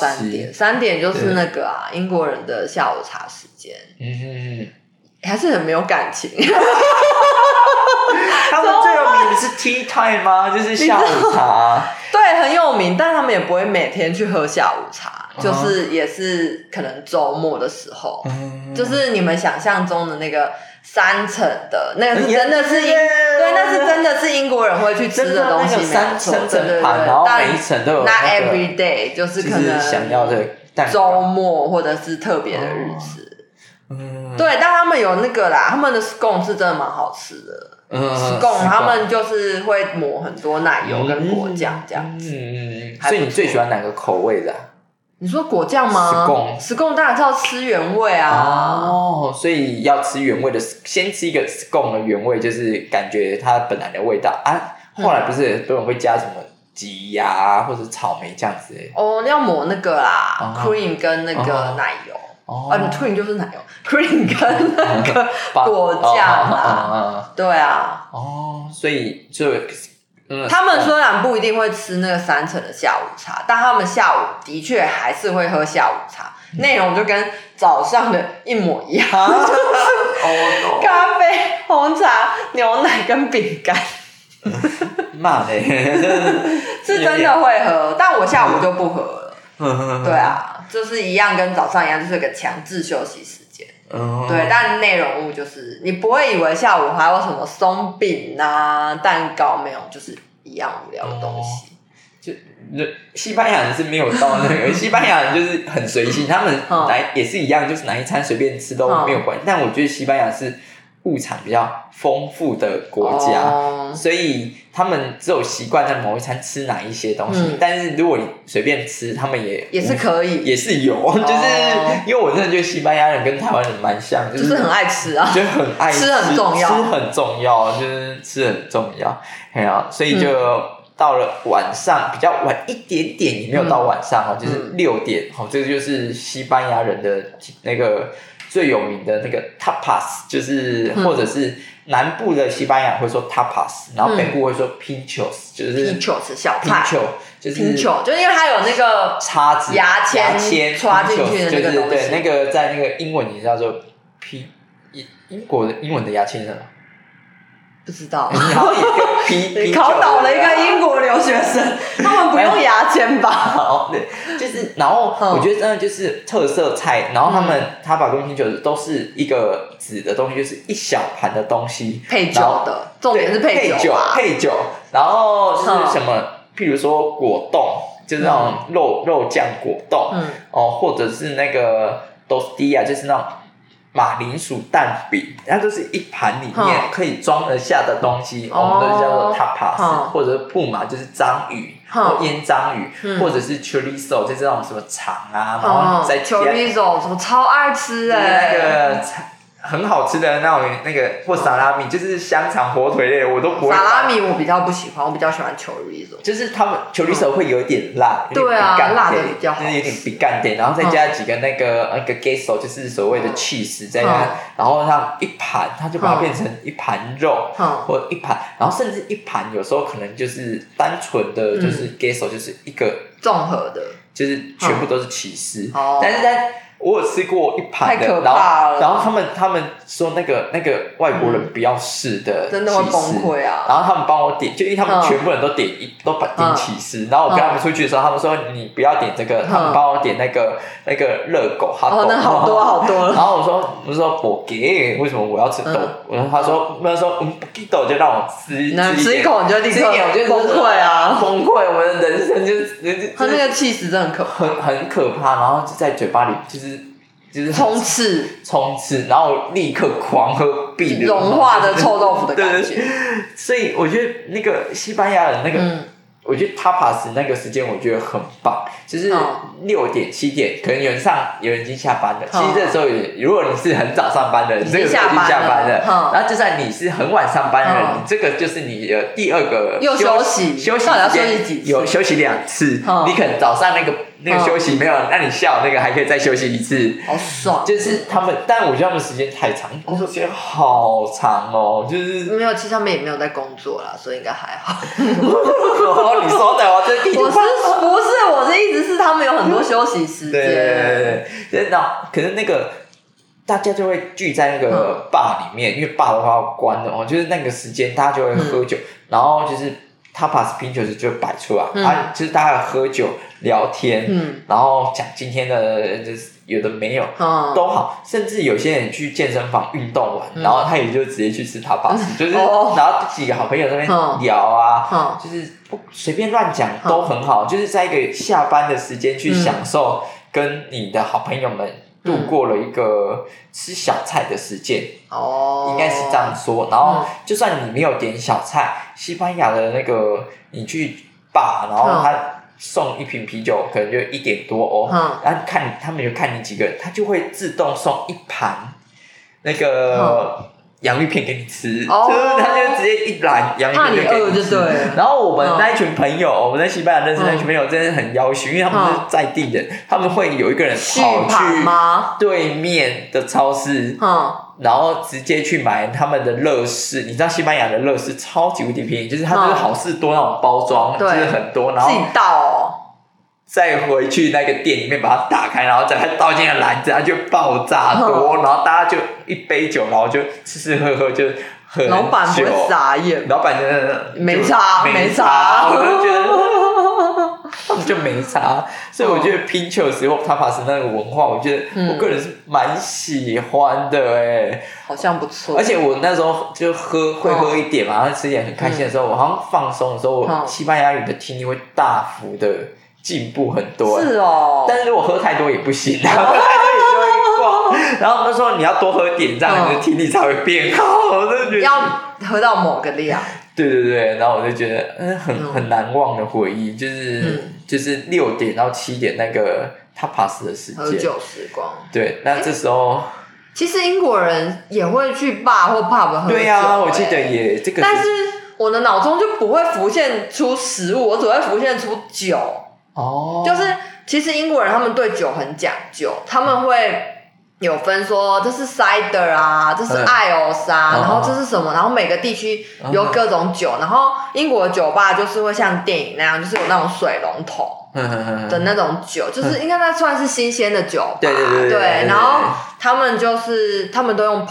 Speaker 1: 3点就是那个英国人的下午茶时间，还是很没有感情。
Speaker 2: 他们最有名的是 tea time 吗？就是下午茶。
Speaker 1: 对，很有名，但他们也不会每天去喝下午茶，就是也是可能周末的时候，就是你们想象中的那个3层的那个是真的是对，那是真的是英国人会去吃的东西，没错。
Speaker 2: 3层盘，然后每一层都有
Speaker 1: 那 every day 就是可能
Speaker 2: 想要的
Speaker 1: 周末或者是特别的日子。对，但他们有那个啦，他们的 scone 是真的蛮好吃的。scone 他们就是会抹很多奶油跟果酱这样子。
Speaker 2: 所以你最喜欢哪个口味的？
Speaker 1: 你说果酱吗？scone 当然是要吃原味啊。
Speaker 2: 所以要吃原味的，先吃一个 scone 的原味，就是感觉它本来的味道啊。后来不是很多人会加什么鸡呀或者草莓这样子？
Speaker 1: 要抹那个啦，cream 跟那个奶油。cream 就是奶油 ，cream 跟那个果酱啊，对啊。
Speaker 2: 所以就
Speaker 1: 他们虽然不一定会吃那个3层的下午茶，但他们下午的确还是会喝下午茶，内容就跟早上的一模一样，就是咖啡、红茶、牛奶跟饼干。
Speaker 2: 妈的，
Speaker 1: 是真的会喝，但我下午就不喝了。对啊。就是一样，跟早上一样，就是个强制休息时间。对，但内容物就是你不会以为下午还有什么松饼啊、蛋糕，没有，就是一样无聊的东西。
Speaker 2: 就西班牙人是没有到那个，西班牙人就是很随性，他们也是一样，就是哪一餐随便吃都没有关系。但我觉得西班牙是物产比较丰富的国家，所以他们只有习惯在某一餐吃哪一些东西，但是如果你随便吃，他们也
Speaker 1: 是可以，
Speaker 2: 也是有，就是因为我真的觉得西班牙人跟台湾人蛮像，
Speaker 1: 就是很爱吃啊，
Speaker 2: 就很爱吃
Speaker 1: 很重要，
Speaker 2: 吃很重要，就是吃很重要，所以就到了晚上比较晚一点点，也没有到晚上就是6点，这个就是西班牙人的那个最有名的那个 tapas， 就是或者是南部的西班牙会说 tapas， 然后北部会说 pinchos， 就是
Speaker 1: pinchos 小菜
Speaker 2: pincho 就是
Speaker 1: pincho， 就是因为它有那个
Speaker 2: 叉子
Speaker 1: 牙签插进去的那个东西，
Speaker 2: 对，那个在那个英文也叫做 英文的牙签是什么？
Speaker 1: 不知道，
Speaker 2: 然后也跟
Speaker 1: 你考倒了一个英国留学生，他们不用牙签吧？
Speaker 2: 对，就是然后我觉得真的就是特色菜，然后他把跟pinchos都是一个纸的东西，就是一小盘的东西
Speaker 1: 配酒的，重点是配
Speaker 2: 酒，然后是什么？譬如说果冻，就是那种肉酱果冻，或者是那个 tortilla， 就是那种马铃薯蛋饼，它就是一盘里面可以装得下的东西，我们都叫做 tapas，或者是 puma 就是章鱼或腌章鱼，或者是 chorizo 就是那种什么肠啊，然后再
Speaker 1: chorizo 什么超爱吃
Speaker 2: 那个很好吃的那个或沙拉米，就是香肠火腿类我都不会。
Speaker 1: 沙拉米我比较不喜欢，我比较喜欢 chorizo，
Speaker 2: 就是他们 chorizo 会有点辣，
Speaker 1: 对啊，辣的比较好，
Speaker 2: 就是有点picante，然后再加几个那个queso， 就是所谓的 cheese 在那，然后让一盘，它就把它变成一盘肉，或一盘，然后甚至一盘有时候可能就是单纯的就是 queso， 就是一个
Speaker 1: 综合的，
Speaker 2: 就是全部都是起司，但是我有吃过一盘的，然后他们说那个外国人不要试的，
Speaker 1: 真的会崩溃啊！
Speaker 2: 然后他们帮我点，就因为他们全部人都点起司，然后我跟他们出去的时候，他们说你不要点这个，他们帮我点那个热狗哈狗，
Speaker 1: 那好多。
Speaker 2: 然后我说我给，为什么我要吃豆？然后他说不给豆就让我吃
Speaker 1: 一口你就立刻崩溃啊！
Speaker 2: 崩溃，我们的人生就是
Speaker 1: 他那个起司真的
Speaker 2: 很可怕，然后就在嘴巴里就是
Speaker 1: 冲刺，
Speaker 2: 然后立刻狂喝必
Speaker 1: 融化的臭豆腐的感觉。
Speaker 2: 对，所以我觉得那个西班牙人那个，我觉得 tapas 那个时间我觉得很棒，就是6点7点，可能有人已经下班了。其实这时候如果你是很早上班的人，这个时候已经下班了。然后就算你是很晚上班的人，你这个就是你的第二个
Speaker 1: 又休息
Speaker 2: 时间，有休息2次。你可能早上那个休息没有，那你下午那个还可以再休息1次，
Speaker 1: 好爽。
Speaker 2: 就是他们，但我觉得他们时间太长，工作时间好长哦，就是
Speaker 1: 没有，其实他们也没有在工作啦，所以应该还好。
Speaker 2: 你说的，我这
Speaker 1: 不是我的意思是他们有很多休息时间。
Speaker 2: 对，可是那个大家就会聚在那个bar里面，因为bar的话要关的就是那个时间大家就会喝酒，然后就是tapas pinchos 就摆出来，就是大家喝酒聊天，然后讲今天的就是有的没有，都好，甚至有些人去健身房运动完，然后他也就直接去吃tapas，就是然后几个好朋友在那边聊啊，就是随便乱讲都很好，就是在一个下班的时间去享受跟你的好朋友们度过了一个吃小菜的时间，应该是这样说。然后就算你没有点小菜，西班牙的那个你去bar，然后他送一瓶啤酒，可能就1点多欧，然后他们就看你几个人，他就会自动送一盘那个洋芋片给你吃，就是他就直接一篮洋芋片就给你吃。然后我们那一群朋友，我们在西班牙认识那一群朋友，真的很要求，因为他们是在地人，他们会有一个人跑去对面的超市，然后直接去买他们的乐事。你知道西班牙的乐事超级无敌便宜，就是它就是好事多那种包装，就是很多，然后
Speaker 1: 自己倒
Speaker 2: 再回去那个店里面把它打开，然后再倒进了篮子，它就爆炸多，然后大家就一杯酒，然后就吃喝就喝很久。
Speaker 1: 老板不会傻眼，
Speaker 2: 老板真的
Speaker 1: 没差，
Speaker 2: 我就觉得他们就没差，所以我觉得pinchos或tapas那个文化，我觉得我个人是蛮喜欢的
Speaker 1: 好像不错。
Speaker 2: 而且我那时候就会喝一点嘛，然后吃一点很开心的时候，我好像放松的时候，我西班牙语的听力会大幅的进步很多。
Speaker 1: 是哦，
Speaker 2: 但是如果喝太多也不行，喝太多也就会挂。 然后他说你要多喝点，这样你的体力才会变好。我就觉得
Speaker 1: 要喝到某个量。
Speaker 2: 对对对，然后我就觉得很难忘的回忆，就是6点到7点那个 tapas 的时间，
Speaker 1: 喝酒时光。
Speaker 2: 对，那这时候。
Speaker 1: 其实英国人也会去 bar 或 pub 喝酒。
Speaker 2: 对啊，我记得也这个。
Speaker 1: 但是我的脑中就不会浮现出食物，我只会浮现出酒。
Speaker 2: 哦。
Speaker 1: 就是其实英国人他们对酒很讲究，他们会有分说这是 cider 啊，这是 IOS 啊，然后这是什么，然后每个地区有各种酒，然后英国的酒吧就是会像电影那样，就是有那种水龙头的那种酒，就是应该那算是新鲜的酒吧。对，然后他们都用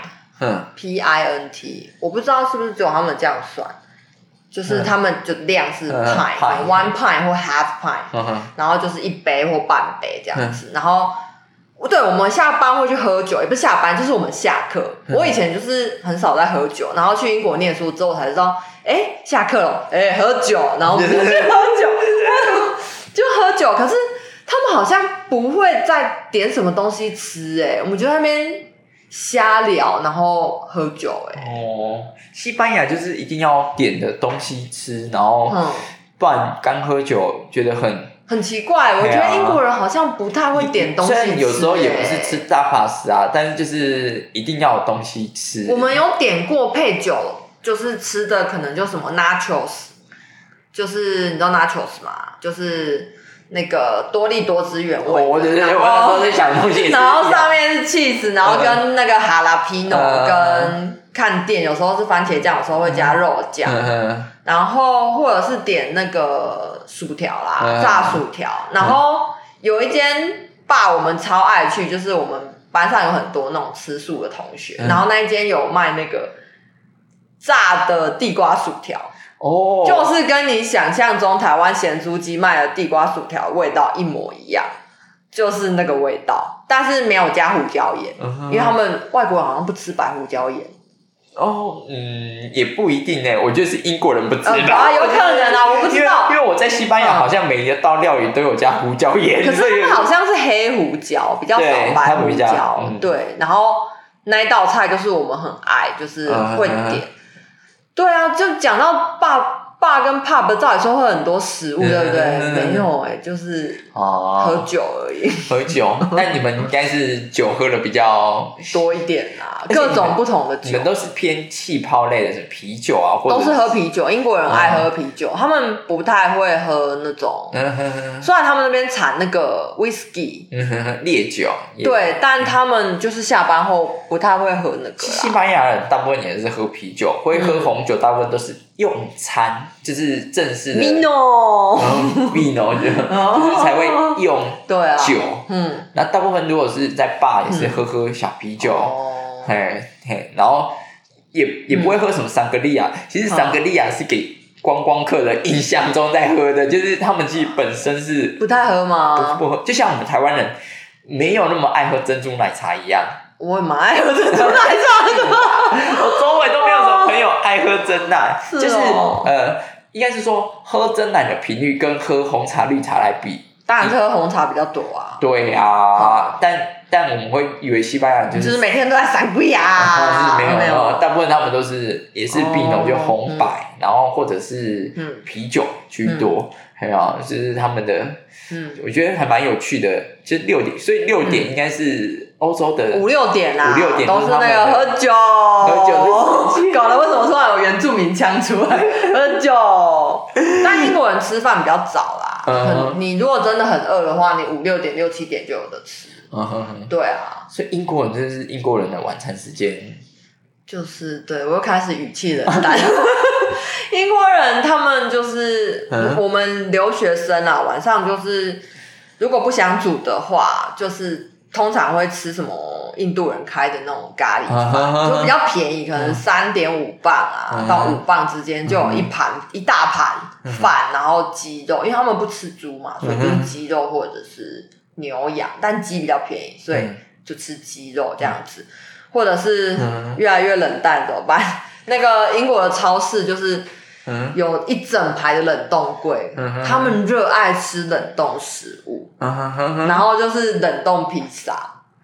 Speaker 1: pint，P-I-N-T， 我不知道是不是只有他们这样算，就是他们就量是 pint，one pint 或 half pint，然后就是1杯或半杯这样子，然后。对，我们下班会去喝酒，也不是下班，就是我们下课。我以前就是很少在喝酒，然后去英国念书之后才知道，下课了，喝酒，然后我们就去喝酒，就喝酒。可是他们好像不会再点什么东西吃，我们就在那边瞎聊，然后喝酒，
Speaker 2: 西班牙就是一定要点的东西吃，然后不然刚喝酒觉得很
Speaker 1: 奇怪，我觉得英国人好像不太会点东西吃。
Speaker 2: 虽然有时候也不是吃tapas啊，但是就是一定要有东西吃。
Speaker 1: 我们有点过配酒，就是吃的可能就什么 nachos， 就是你知道 nachos 吗？就是那个多利多汁原味。
Speaker 2: 我那时候在想东西，
Speaker 1: 然后上面是 cheese， 然后跟那个哈拉皮诺跟看店，有时候是番茄酱，有时候会加肉酱。然后或者是点那个薯条啦，炸薯条。然后有一间吧我们超爱去，就是我们班上有很多那种吃素的同学，然后那一间有卖那个炸的地瓜薯条。就是跟你想象中台湾咸酥鸡卖的地瓜薯条味道一模一样，就是那个味道，但是没有加胡椒盐，因为他们外国人好像不吃白胡椒盐。
Speaker 2: 也不一定我觉得是英国人不知道，
Speaker 1: 有可能啊，我不知道，
Speaker 2: 因为我在西班牙好像每一道料理都有加胡椒盐，
Speaker 1: 可是他们好像是黑胡椒，比较少白胡椒，对，然后那一道菜就是我们很爱，就是会点。对啊，就讲到bar跟 pub 照理说会很多食物，对不对？没有就是喝酒而已。
Speaker 2: 喝酒，但你们应该是酒喝的比较
Speaker 1: 多一点啦，各种不同的酒。
Speaker 2: 你们都是偏气泡类的，是啤酒啊，或者
Speaker 1: 都是喝啤酒。英国人爱喝啤酒，他们不太会喝那种。虽然他们那边产那个 whisky
Speaker 2: 烈酒，
Speaker 1: 对，但他们就是下班后不太会喝那个。
Speaker 2: 西班牙人大部分也是喝啤酒，会喝红酒，大部分都是用餐，就是正式的 vino 就是才会用酒。那大部分如果是在 bar 也是喝小啤酒，然后也不会喝什么桑格利亚。其实桑格利亚是给观光客的印象中在喝的，就是他们其实本身是
Speaker 1: 不太喝吗？
Speaker 2: 不喝，就像我们台湾人没有那么爱喝珍珠奶茶一样。
Speaker 1: 我也蛮爱喝珍珠奶茶的，
Speaker 2: 我周围都没有什么朋友爱喝珍奶，就是应该是说喝珍奶的频率跟喝红茶绿茶来比，
Speaker 1: 当然喝红茶比较多啊。
Speaker 2: 对啊，但我们会以为西班牙人
Speaker 1: 就是每天都在散贵啊，
Speaker 2: 没有，大部分他们都是也是碧浓就红白，然后或者是啤酒居多，还有就是他们的，我觉得还蛮有趣的，就是6点，所以6点应该是欧洲的
Speaker 1: 5、6点啦
Speaker 2: ，5、6点
Speaker 1: 都是那个喝酒的时间，搞得为什么突然有原住民腔出来？喝酒，但英国人吃饭比较早啦，你如果真的很饿的话，你5、6点、6、7点就有的吃。对啊，
Speaker 2: 所以英国人真的是英国人的晚餐时间，
Speaker 1: 就是对我又开始语气冷淡。英国人他们就是我们留学生啊，晚上就是如果不想煮的话，就是通常会吃什么印度人开的那种咖喱饭，就比较便宜，可能3.5磅啊到5磅之间就有一大盘饭，然后鸡肉，因为他们不吃猪嘛，所以就是鸡肉或者是牛羊，但鸡比较便宜，所以就吃鸡肉这样子，或者是越来越冷淡怎么办？那个英国的超市就是有一整排的冷冻柜，他们热爱吃冷冻食物，然后就是冷冻披萨。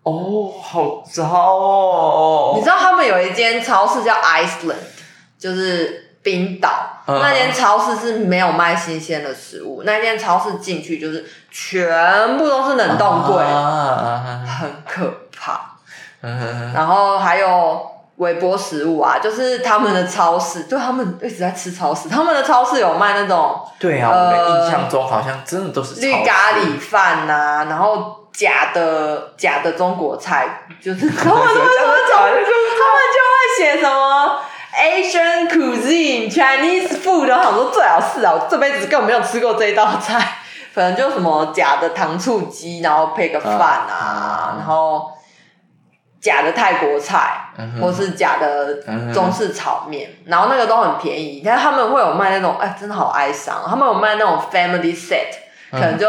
Speaker 2: 哦，好糟哦！
Speaker 1: 你知道他们有一间超市叫 Iceland， 就是冰岛，那间超市是没有卖新鲜的食物，那间超市进去就是全部都是冷冻柜，很可怕。然后还有微波食物啊，就是他们的超市，就他们一直在吃超市，他们的超市有卖那种，
Speaker 2: 对啊，我的印象中好像真的都是超市
Speaker 1: 绿咖喱饭啊，然后假的中国菜，就是他们就会写什么 Asian cuisine Chinese food， 然后想说最好是啊，我这辈子根本没有吃过这一道菜，可能就什么假的糖醋鸡，然后配个饭啊，然后假的泰国菜，或是假的中式炒面，然后那个都很便宜，但是他们会有卖那种，真的好哀伤，他们有卖那种 family set，可能就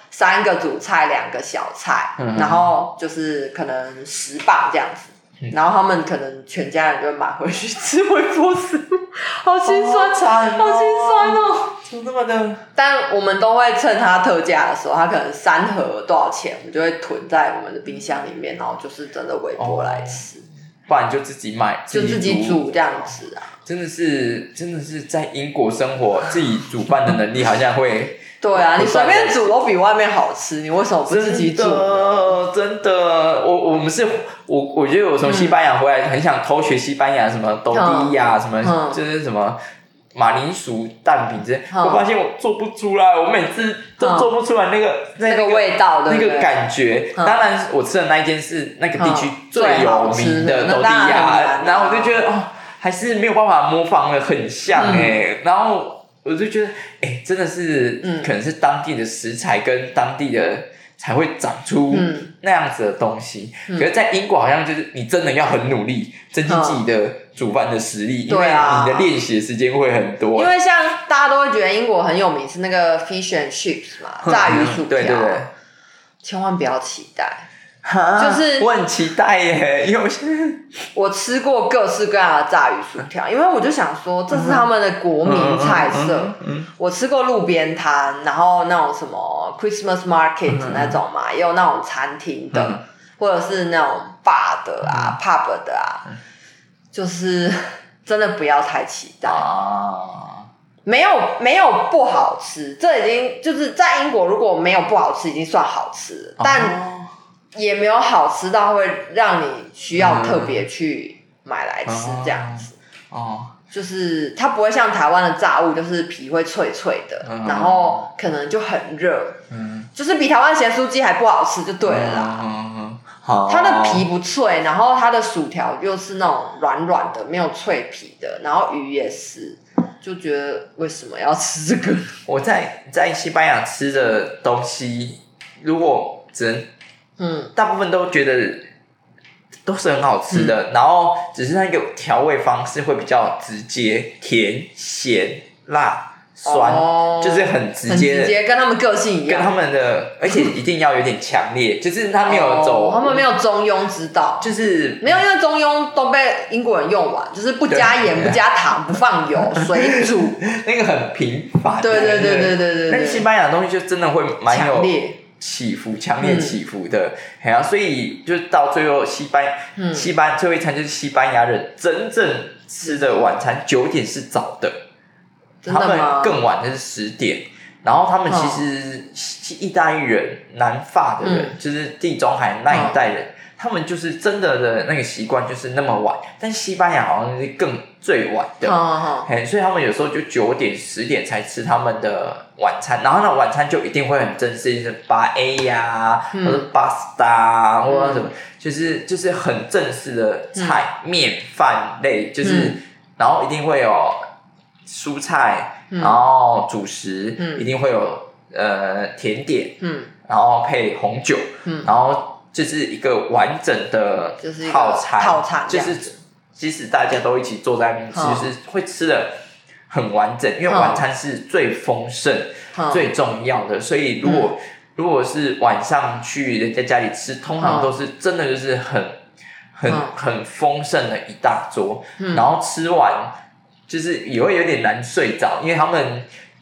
Speaker 1: 3个主菜2个小菜，然后就是可能10磅这样子，然后他们可能全家人就买回去吃微波食物，好心酸，好心酸哦！
Speaker 2: 怎么这么的？
Speaker 1: 但我们都会趁它特价的时候，它可能3盒多少钱，我们就会囤在我们的冰箱里面，然后就是真的微波来吃，
Speaker 2: 不然就自己买，
Speaker 1: 就自己煮这样子啊。
Speaker 2: 真的是在英国生活，自己煮饭的能力好像会。
Speaker 1: 对啊，你随便煮都比外面好吃，你为什么不自己煮呢？
Speaker 2: 真的，我觉得我从西班牙回来，很想偷学西班牙什么斗地呀，什么就是什么马铃薯蛋饼之类，我发现我做不出来，我每次都做不出来那个
Speaker 1: 味道，
Speaker 2: 那个感觉。当然，我吃的那一间是那个地区最有名的斗地呀，然后我就觉得还是没有办法模仿的很像然后。我就觉得，真的是，可能是当地的食材跟当地的才会长出那样子的东西。可是，在英国好像就是你真的要很努力，增进自己的煮饭的实力，因为你的练习的时间会很多。
Speaker 1: 因为像大家都会觉得英国很有名是那个 fish and chips 嘛，炸鱼薯条，对，千万不要期待。就是
Speaker 2: 我很期待耶，因为
Speaker 1: 我吃过各式各样的炸鱼薯条，因为我就想说这是他们的国民菜色。我吃过路边摊，然后那种什么 Christmas market 那种嘛，也有那种餐厅的，或者是那种 bar 的啊、pub 的啊，就是真的不要太期待。没有不好吃，这已经就是在英国如果没有不好吃已经算好吃了，但也没有好吃到会让你需要特别去买来吃这样子。就是它不会像台湾的炸物，就是皮会脆脆的，然后可能就很热，就是比台湾咸酥鸡还不好吃就对了啦。它的皮不脆，然后它的薯条又是那种软软的，没有脆皮的，然后鱼也是，就觉得为什么要吃这个？
Speaker 2: 我在西班牙吃的东西，如果只能大部分都觉得都是很好吃的，然后只是那个调味方式会比较直接，甜、咸、辣、酸，就是很直接，
Speaker 1: 跟他们个性一样，
Speaker 2: 跟他们的，而且一定要有点强烈，就是他没有走，
Speaker 1: 他们没有中庸之道，
Speaker 2: 就是
Speaker 1: 没有，因为中庸都被英国人用完，就是不加盐、不加糖、不放油、水煮，
Speaker 2: 那个很平凡。
Speaker 1: 对。
Speaker 2: 但西班牙的东西就真的会蛮有
Speaker 1: 强烈。
Speaker 2: 强烈起伏的，所以就到最后最后一餐就是西班牙人真正吃的晚餐9点是早的，他们更晚的是10点，然后他们其实意大利人、南法的人，就是地中海那一带人，他们就是真的那个习惯就是那么晚，但西班牙好像是最晚的，所以他们有时候就9点、10点才吃他们的晚餐，然后那晚餐就一定会很正式，就是巴 A 呀，或者 pasta 或者什么，就是很正式的菜，面饭类，就是然后一定会有蔬菜，然后主食，一定会有甜点，然后配红酒，然后就是一个完整的套餐，就是即使大家都一起坐在那边吃，就是会吃的很完整，因为晚餐是最丰盛、最重要的，所以如果是晚上去人家家里吃，通常都是真的就是很丰盛的一大桌，然后吃完就是也会有点难睡着，因为他们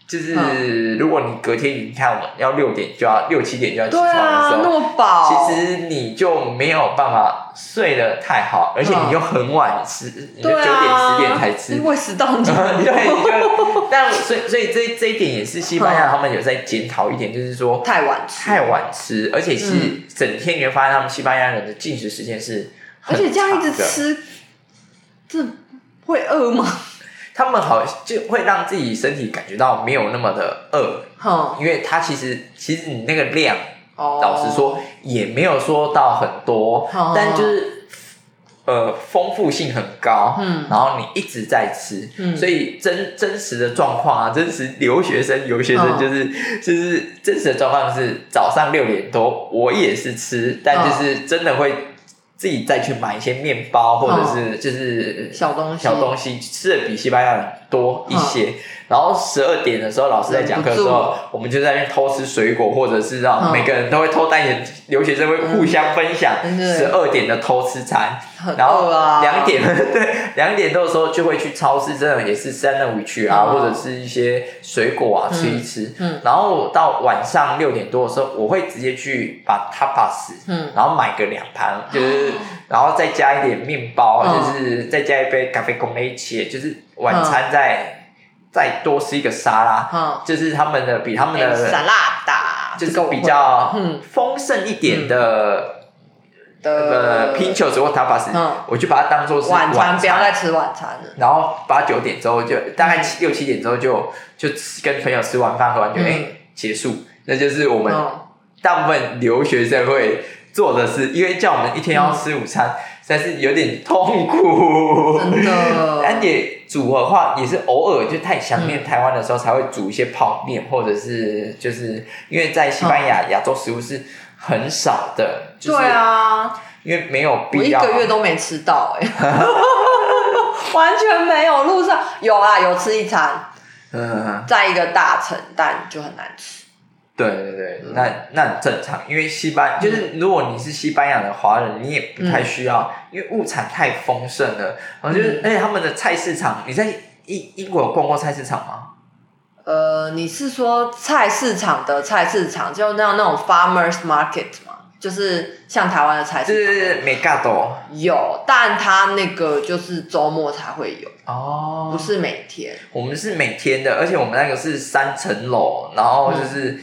Speaker 2: 就是如果你隔天你看我们要6点就要6、7点就要起床的时候，
Speaker 1: 对啊，那么饱，
Speaker 2: 其实你就没有办法睡得太好，而且你又很晚吃，你就9点10点才吃，
Speaker 1: 胃食道逆
Speaker 2: 对，但所以这一点也是西班牙他们有在检讨一点，就是说
Speaker 1: 太晚
Speaker 2: 吃，而且是整天你会发现他们西班牙人的进食时间是很长的，
Speaker 1: 而且这样一直吃，这会饿吗？
Speaker 2: 他们好就会让自己身体感觉到没有那么的饿，因为它其实你那个量，老实说也没有说到很多，但就是丰富性很高，然后你一直在吃，所以真实的状况啊，真实留学生就是真实的状况是早上6点多我也是吃，但就是真的会自己再去买一些面包或者是就是小东西吃的比西班牙人多一些，然后12点的时候老师在讲课的时候，我们就在那边偷吃水果，或者是让每个人都会偷带一点，留学生会互相分享12点的偷吃餐，然后2点对2点多的时候就会去超市，真的也是 sandwich 啊，或者是一些水果啊吃一吃，然后到晚上6点多的时候，我会直接去把 tapas，然后买个2盘，就是然后再加一点面包，就是再加一杯咖啡con leche，就是晚餐再多吃一个沙拉，就是比他们的
Speaker 1: 沙拉达，
Speaker 2: 就是比较丰盛一点的pinchos 或 tapas，我就把它当做是晚餐，
Speaker 1: 不要再吃晚餐了。
Speaker 2: 然后8、9点之后就大概6、7点之后就跟朋友吃完饭喝完就结束，那就是我们大部分留学生会做的事，因为叫我们一天要吃午餐，实在是有点痛苦，
Speaker 1: 真的。
Speaker 2: 而且煮的话也是偶尔就太想念台湾的时候才会煮一些泡面，或者是就是因为在西班牙亚洲食物是很少的，就是
Speaker 1: 对啊，
Speaker 2: 因为没有必要，
Speaker 1: 我1个月都没吃到完全没有。路上有吃一餐，在一个大城，但就很难吃。
Speaker 2: 对，那很正常，因为就是如果你是西班牙的华人，你也不太需要，因为物产太丰盛了，然后就是而且他们的菜市场，你在英国有逛过菜市场吗？
Speaker 1: 你是说菜市场的菜市场，就那种 farmers market 吗？就是像台湾的菜市场，
Speaker 2: 就是 Mercado
Speaker 1: 有，但它那个就是周末才会有不是每天。
Speaker 2: 我们是每天的，而且我们那个是3层楼，然后就是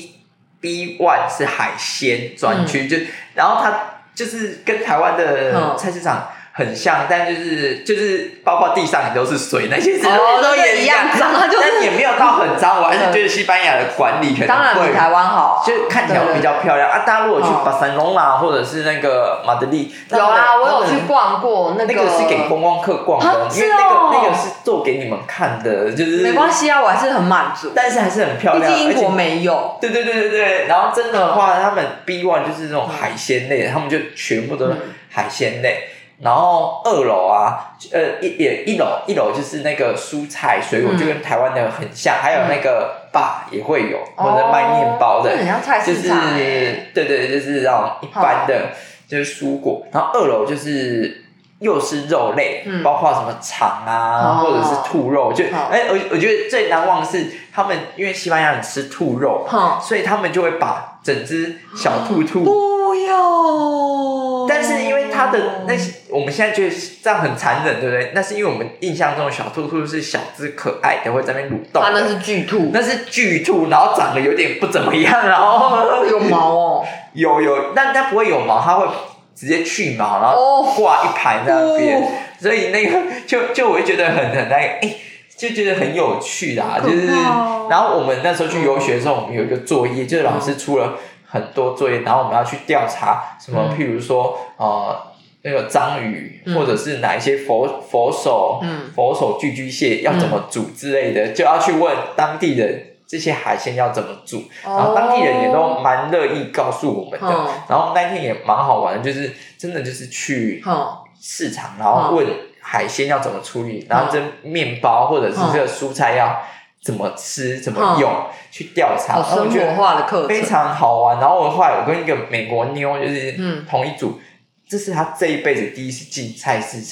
Speaker 2: B1是海鲜专区，然后它就是跟台湾的菜市场很像，但就是包括地上也都是水，那些都也
Speaker 1: 一样脏，
Speaker 2: 但也没有到很脏。我还是觉得西班牙的管理可能
Speaker 1: 当然比台湾好，
Speaker 2: 就看起来会比较漂亮啊。大家如果去巴塞隆纳或者是那个马德里，
Speaker 1: 有啊，我有去逛过那个
Speaker 2: 是给观光客逛的，因为那个是做给你们看的，就是
Speaker 1: 没关系啊，我还是很满足，
Speaker 2: 但是还是很漂亮。
Speaker 1: 毕竟英国没有。
Speaker 2: 对，然后真的话，他们 B1 就是那种海鲜类的，他们就全部都是海鲜类。然后2楼啊，一楼就是那个蔬菜水果，就跟台湾的很像，还有那个bar也会有，或者卖面包的，
Speaker 1: 很像菜市场
Speaker 2: 对，就是那种一般的，就是蔬果。然后2楼就是又是肉类，包括什么肠啊，或者是兔肉，我觉得最难忘的是他们，因为西班牙人吃兔肉，所以他们就会把整只小兔兔
Speaker 1: 不要。
Speaker 2: 但是因为它的那些，我们现在觉得这样很残忍，对不对？那是因为我们印象中的小兔兔是小只可爱的，会在那边蠕动。
Speaker 1: 那是巨兔，
Speaker 2: 然后长得有点不怎么样，然后
Speaker 1: 有毛哦，
Speaker 2: 有，但它不会有毛，它会直接去毛，然后挂一排在那边，所以那个就我会觉得很那个就觉得很有趣啦，就是然后我们那时候去游学的时候，我们有一个作业，就是老师出了很多作业，然后我们要去调查什么，譬如说那个章鱼，或者是哪一些佛手寄居蟹要怎么煮之类的，就要去问当地人这些海鲜要怎么煮，然后当地人也都蛮乐意告诉我们的，然后那天也蛮好玩的，就是真的就是去市场，然后问海鲜要怎么处理，然后这面包或者是这个蔬菜要怎么吃怎么用，去调查，然后我觉得非常好玩。然后后来我跟一个美国妞就是同一组，这是他这一辈子第一次进菜市场，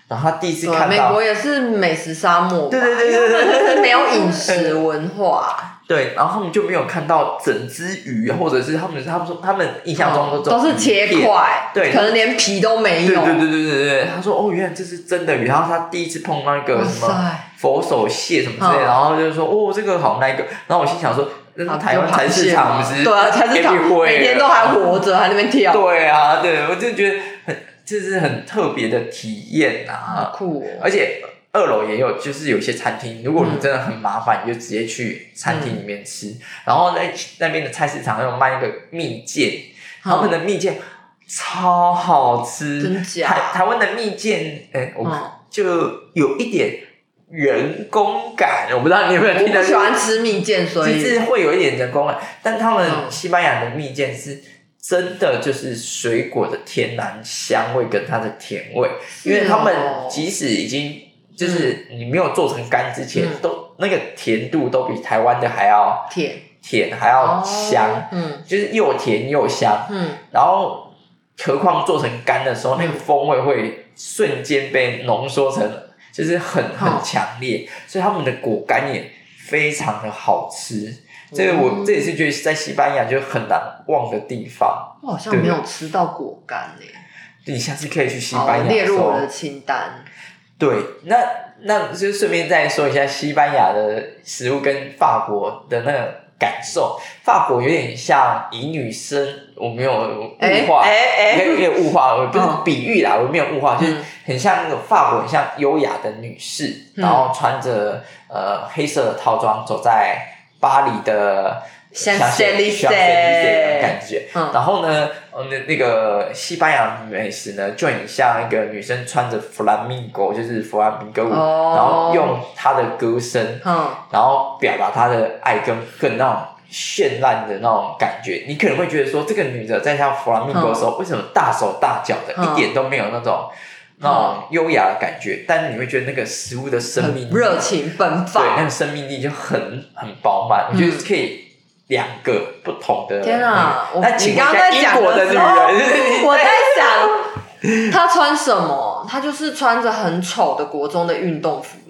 Speaker 2: 然后他第一次看到
Speaker 1: 美国也是美食沙漠吧，
Speaker 2: 对，
Speaker 1: 就是没有饮食文化。
Speaker 2: 对，然后他们就没有看到整只鱼，或者是他们说他们印象中
Speaker 1: 都是切块，
Speaker 2: 对，
Speaker 1: 可能连皮都没有。
Speaker 2: 对，他说哦，原来这是真的鱼，然后他第一次碰到一个什么佛手蟹什么之类的，然后就说哦，这个好那个，然后我心想说，那台湾菜市场不是？
Speaker 1: 对啊，菜市场每天都还活着，还在那边跳。
Speaker 2: 对啊，对，我就觉得这是很特别的体验啊，
Speaker 1: 好酷哦！
Speaker 2: 而且2楼也有，就是有些餐厅，如果你真的很麻烦，你就直接去餐厅里面吃。然后那边的菜市场有卖一个蜜饯，他们的蜜饯超好吃，
Speaker 1: 真假？
Speaker 2: 台湾的蜜饯，就有一点人工感，我不知道你有没有听到。
Speaker 1: 我不喜欢吃蜜饯，所以
Speaker 2: 就是会有一点人工感，但他们西班牙的蜜饯是真的就是水果的天然香味跟它的甜味，因为他们即使已经就是你没有做成干之前，都那个甜度都比台湾的还要甜还要香，就是又甜又香，然后何况做成干的时候，那个风味会瞬间被浓缩成，就是很强烈，所以他们的果干也非常的好吃。这也是觉得在西班牙就很难忘的地方。
Speaker 1: 我好像没有吃到果干耶。
Speaker 2: 你下次可以去西班牙
Speaker 1: 列入我的清单。
Speaker 2: 对，那就顺便再说一下西班牙的食物跟法国的那个感受。法国有点像以女生，我没有误化，有点误化，我不是比喻啦，我没有误化，就是很像那种法国很像优雅的女士，然后穿着黑色的套装走在巴黎的
Speaker 1: 像
Speaker 2: 丽舍的感觉，然后呢，那个西班牙美食呢，就很像一个女生穿着弗拉明戈，就是弗拉明戈舞，然后用她的歌声，然后表达她的爱跟更那种绚烂的那种感觉。你可能会觉得说，这个女的在跳弗拉明戈的时候，为什么大手大脚的，一点都没有那种优雅的感觉，但你会觉得那个食物的生命力
Speaker 1: 热情奔放，
Speaker 2: 对，那个生命力就很饱满。我觉得可以2个不同的。
Speaker 1: 天啊！
Speaker 2: 你刚刚在讲英国的女人，
Speaker 1: 我在想她穿什么？她就是穿着很丑的国中的运动服。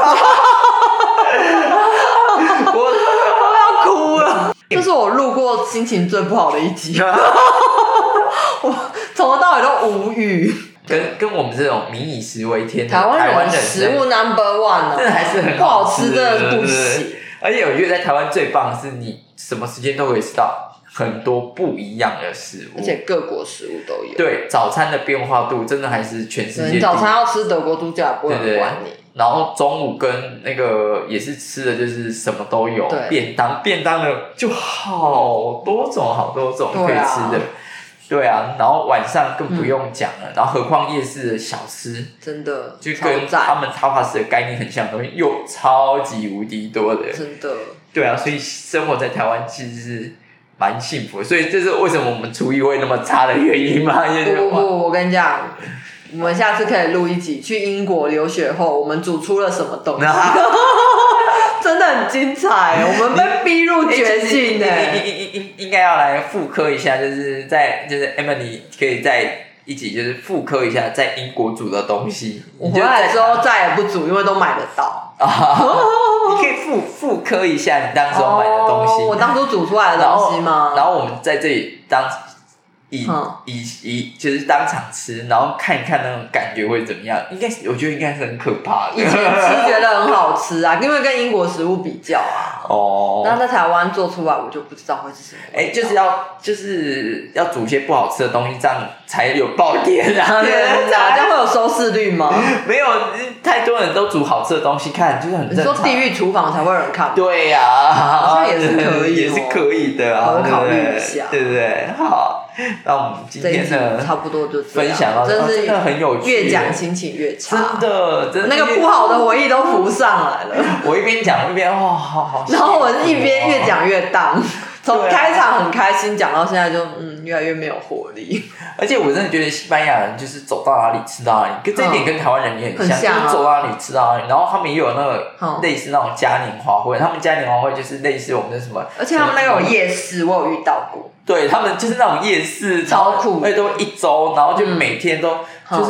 Speaker 1: 我要哭了。这是我录过心情最不好的一集。我从头到尾都无语。
Speaker 2: 跟我们这种民以食为天的
Speaker 1: 台湾
Speaker 2: 人
Speaker 1: 食物 No.1
Speaker 2: 真的还是很
Speaker 1: 不好吃，真的不行。
Speaker 2: 而且我觉得在台湾最棒的是，你什么时间都可以吃到很多不一样的食物，
Speaker 1: 而且各国食物都有。
Speaker 2: 对，早餐的变化度真的还是全世界第一。
Speaker 1: 你早餐要吃德国猪脚，不会管你。
Speaker 2: 然后中午跟那个也是吃的，就是什么都有。便当的就好多种可以吃的。对啊，然后晚上更不用讲了，然后何况夜市的小吃，
Speaker 1: 真的
Speaker 2: 就跟他们tapas的概念很像的东西，又超级无敌多的，
Speaker 1: 真的。
Speaker 2: 对啊，所以生活在台湾其实是蛮幸福的，所以这是为什么我们厨艺会那么差的原因吗？
Speaker 1: 不，我跟你讲，我们下次可以录一集去英国留学后，我们煮出了什么东西。真的很精彩，我们被逼入绝境
Speaker 2: 应该要来复刻一下，就是 Emily 可以在一起就是复刻一下在英国煮的东西。
Speaker 1: 我回来之后再也不煮，因为都买得到。
Speaker 2: 你可以复刻一下你当时候买的东西。
Speaker 1: 我当初煮出来的东西吗？
Speaker 2: 然后我们在这里就是当场吃，然后看一看那种感觉会怎么样？我觉得应该是很可怕的。
Speaker 1: 以前吃觉得很好吃啊，因为跟英国食物比较啊。然后在台湾做出来，我就不知道会是什么。
Speaker 2: 就是要煮一些不好吃的东西，这样才有爆点啊！
Speaker 1: 这样会有收视率吗？
Speaker 2: 没有，太多人都煮好吃的东西看，就是很正常。
Speaker 1: 你说地狱厨房才会有人看？
Speaker 2: 对呀，
Speaker 1: 好像也是可以，
Speaker 2: 也是可以的啊。
Speaker 1: 我考虑一下，
Speaker 2: 对不对？好。那我们今天呢，
Speaker 1: 差不多就
Speaker 2: 分享到，真的很有趣，
Speaker 1: 越讲心情越差，
Speaker 2: 真的
Speaker 1: 那个不好的回忆都浮上来了。
Speaker 2: 我一边讲一边好，
Speaker 1: 然后我一边越讲越荡，从开场很开心讲到现在就越来越没有活力。
Speaker 2: 而且我真的觉得西班牙人就是走到哪里吃到哪里，跟这一点跟台湾人也很像，就是走到哪里吃到哪里。然后他们也有那个类似那种嘉年华会，他们嘉年华会就是类似我们的什么，
Speaker 1: 而且他们那个有夜市，我有遇到过。
Speaker 2: 对，他们就是那种夜市，
Speaker 1: 超酷，
Speaker 2: 而且都1周，然后就每天都就是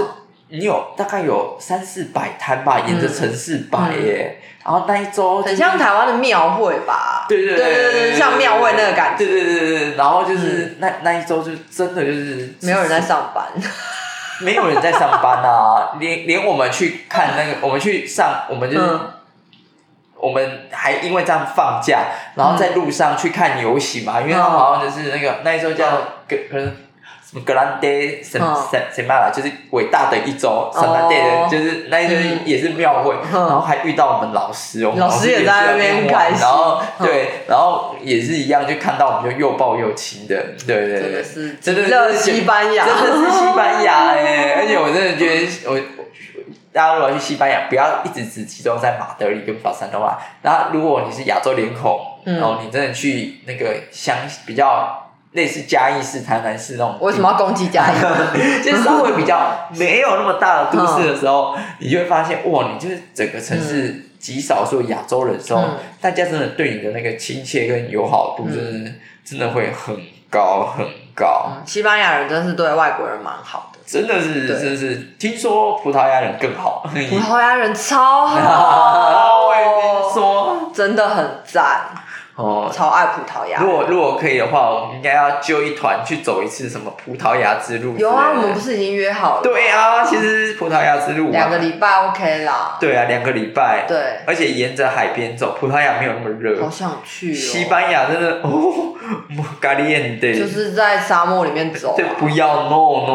Speaker 2: 你有大概有300-400摊吧，沿着城市摆耶。然后那一周
Speaker 1: 很像台湾的庙会吧？
Speaker 2: 对，
Speaker 1: 像庙会那个感觉。
Speaker 2: 对，然后就是那一周就真的就是
Speaker 1: 没有人在上班。
Speaker 2: 没有人在上班啊，连我们去看那个，我们去上，我们就是。我们还因为这样放假，然后在路上去看游行嘛，因为他好像就是那一周叫可能什么 Grande Semana， 就是伟大的一周 ，Semana 就是那一周也是庙会，然后还遇到我们老师，我们
Speaker 1: 老师也在那边开心，
Speaker 2: 然后对，然后也是一样，就看到我们就又抱又亲的，对，
Speaker 1: 真的是真的是西班牙，
Speaker 2: 真的是西班牙而且我真的觉得大家如果要去西班牙，不要一直只集中在马德里跟巴塞罗那。然后，如果你是亚洲脸孔，然后你真的去那个比较类似嘉义市、台南市那种，
Speaker 1: 为什么要攻击嘉义？
Speaker 2: 就是稍微比较没有那么大的都市的时候，你就会发现，哇，你就是整个城市极少数亚洲人的时候，大家真的对你的那个亲切跟友好度，真的会很高很高。
Speaker 1: 西班牙人真是对外国人蛮好的。
Speaker 2: 真的是，听说葡萄牙人更好。
Speaker 1: 葡萄牙人超好，
Speaker 2: 我也听说，
Speaker 1: 真的很赞。超爱葡萄牙。
Speaker 2: 如果可以的话，我们应该要揪一团去走一次什么葡萄牙之路。
Speaker 1: 有啊，我们不是已经约好了？
Speaker 2: 对啊，其实葡萄牙之路
Speaker 1: 2个礼拜 OK 啦。
Speaker 2: 对啊，2个礼拜。
Speaker 1: 对，
Speaker 2: 而且沿着海边走，葡萄牙没有那么热。
Speaker 1: 好想去哦。
Speaker 2: 西班牙真的咖喱眼的，
Speaker 1: 就是在沙漠里面走。
Speaker 2: 对，不要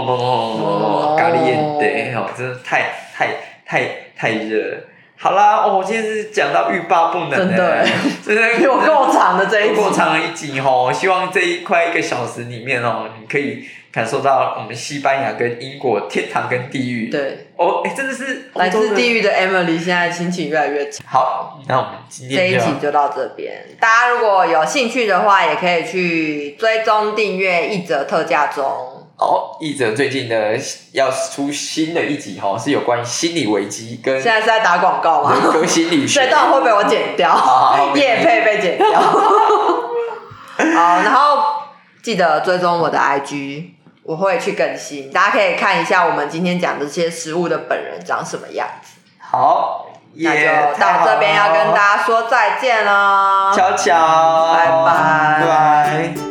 Speaker 2: no， 咖喱眼的，真的太热了。好啦，我今天是讲到欲罢不能，
Speaker 1: 真的
Speaker 2: 有
Speaker 1: 够长的这一集，
Speaker 2: 够长的一集希望这快1个小时里面你可以感受到我们西班牙跟英国天堂跟地狱。
Speaker 1: 对，
Speaker 2: 真的是
Speaker 1: 来自地狱的 Emily 现在心情越来越差。
Speaker 2: 好，那我们今天
Speaker 1: 这一集就到这边。大家如果有兴趣的话，也可以去追踪订阅一折特价中。
Speaker 2: 译者最近的要出新的一集是有关于心理危机跟
Speaker 1: 现在是在打广告吗？
Speaker 2: 人格心理学，
Speaker 1: 这段会被我剪掉，业配被剪掉。好，然后记得追踪我的 IG， 我会去更新，大家可以看一下我们今天讲的这些食物的本人长什么样子。
Speaker 2: 好，
Speaker 1: 那就到这边要跟大家说再见了，
Speaker 2: 悄悄，
Speaker 1: 拜拜。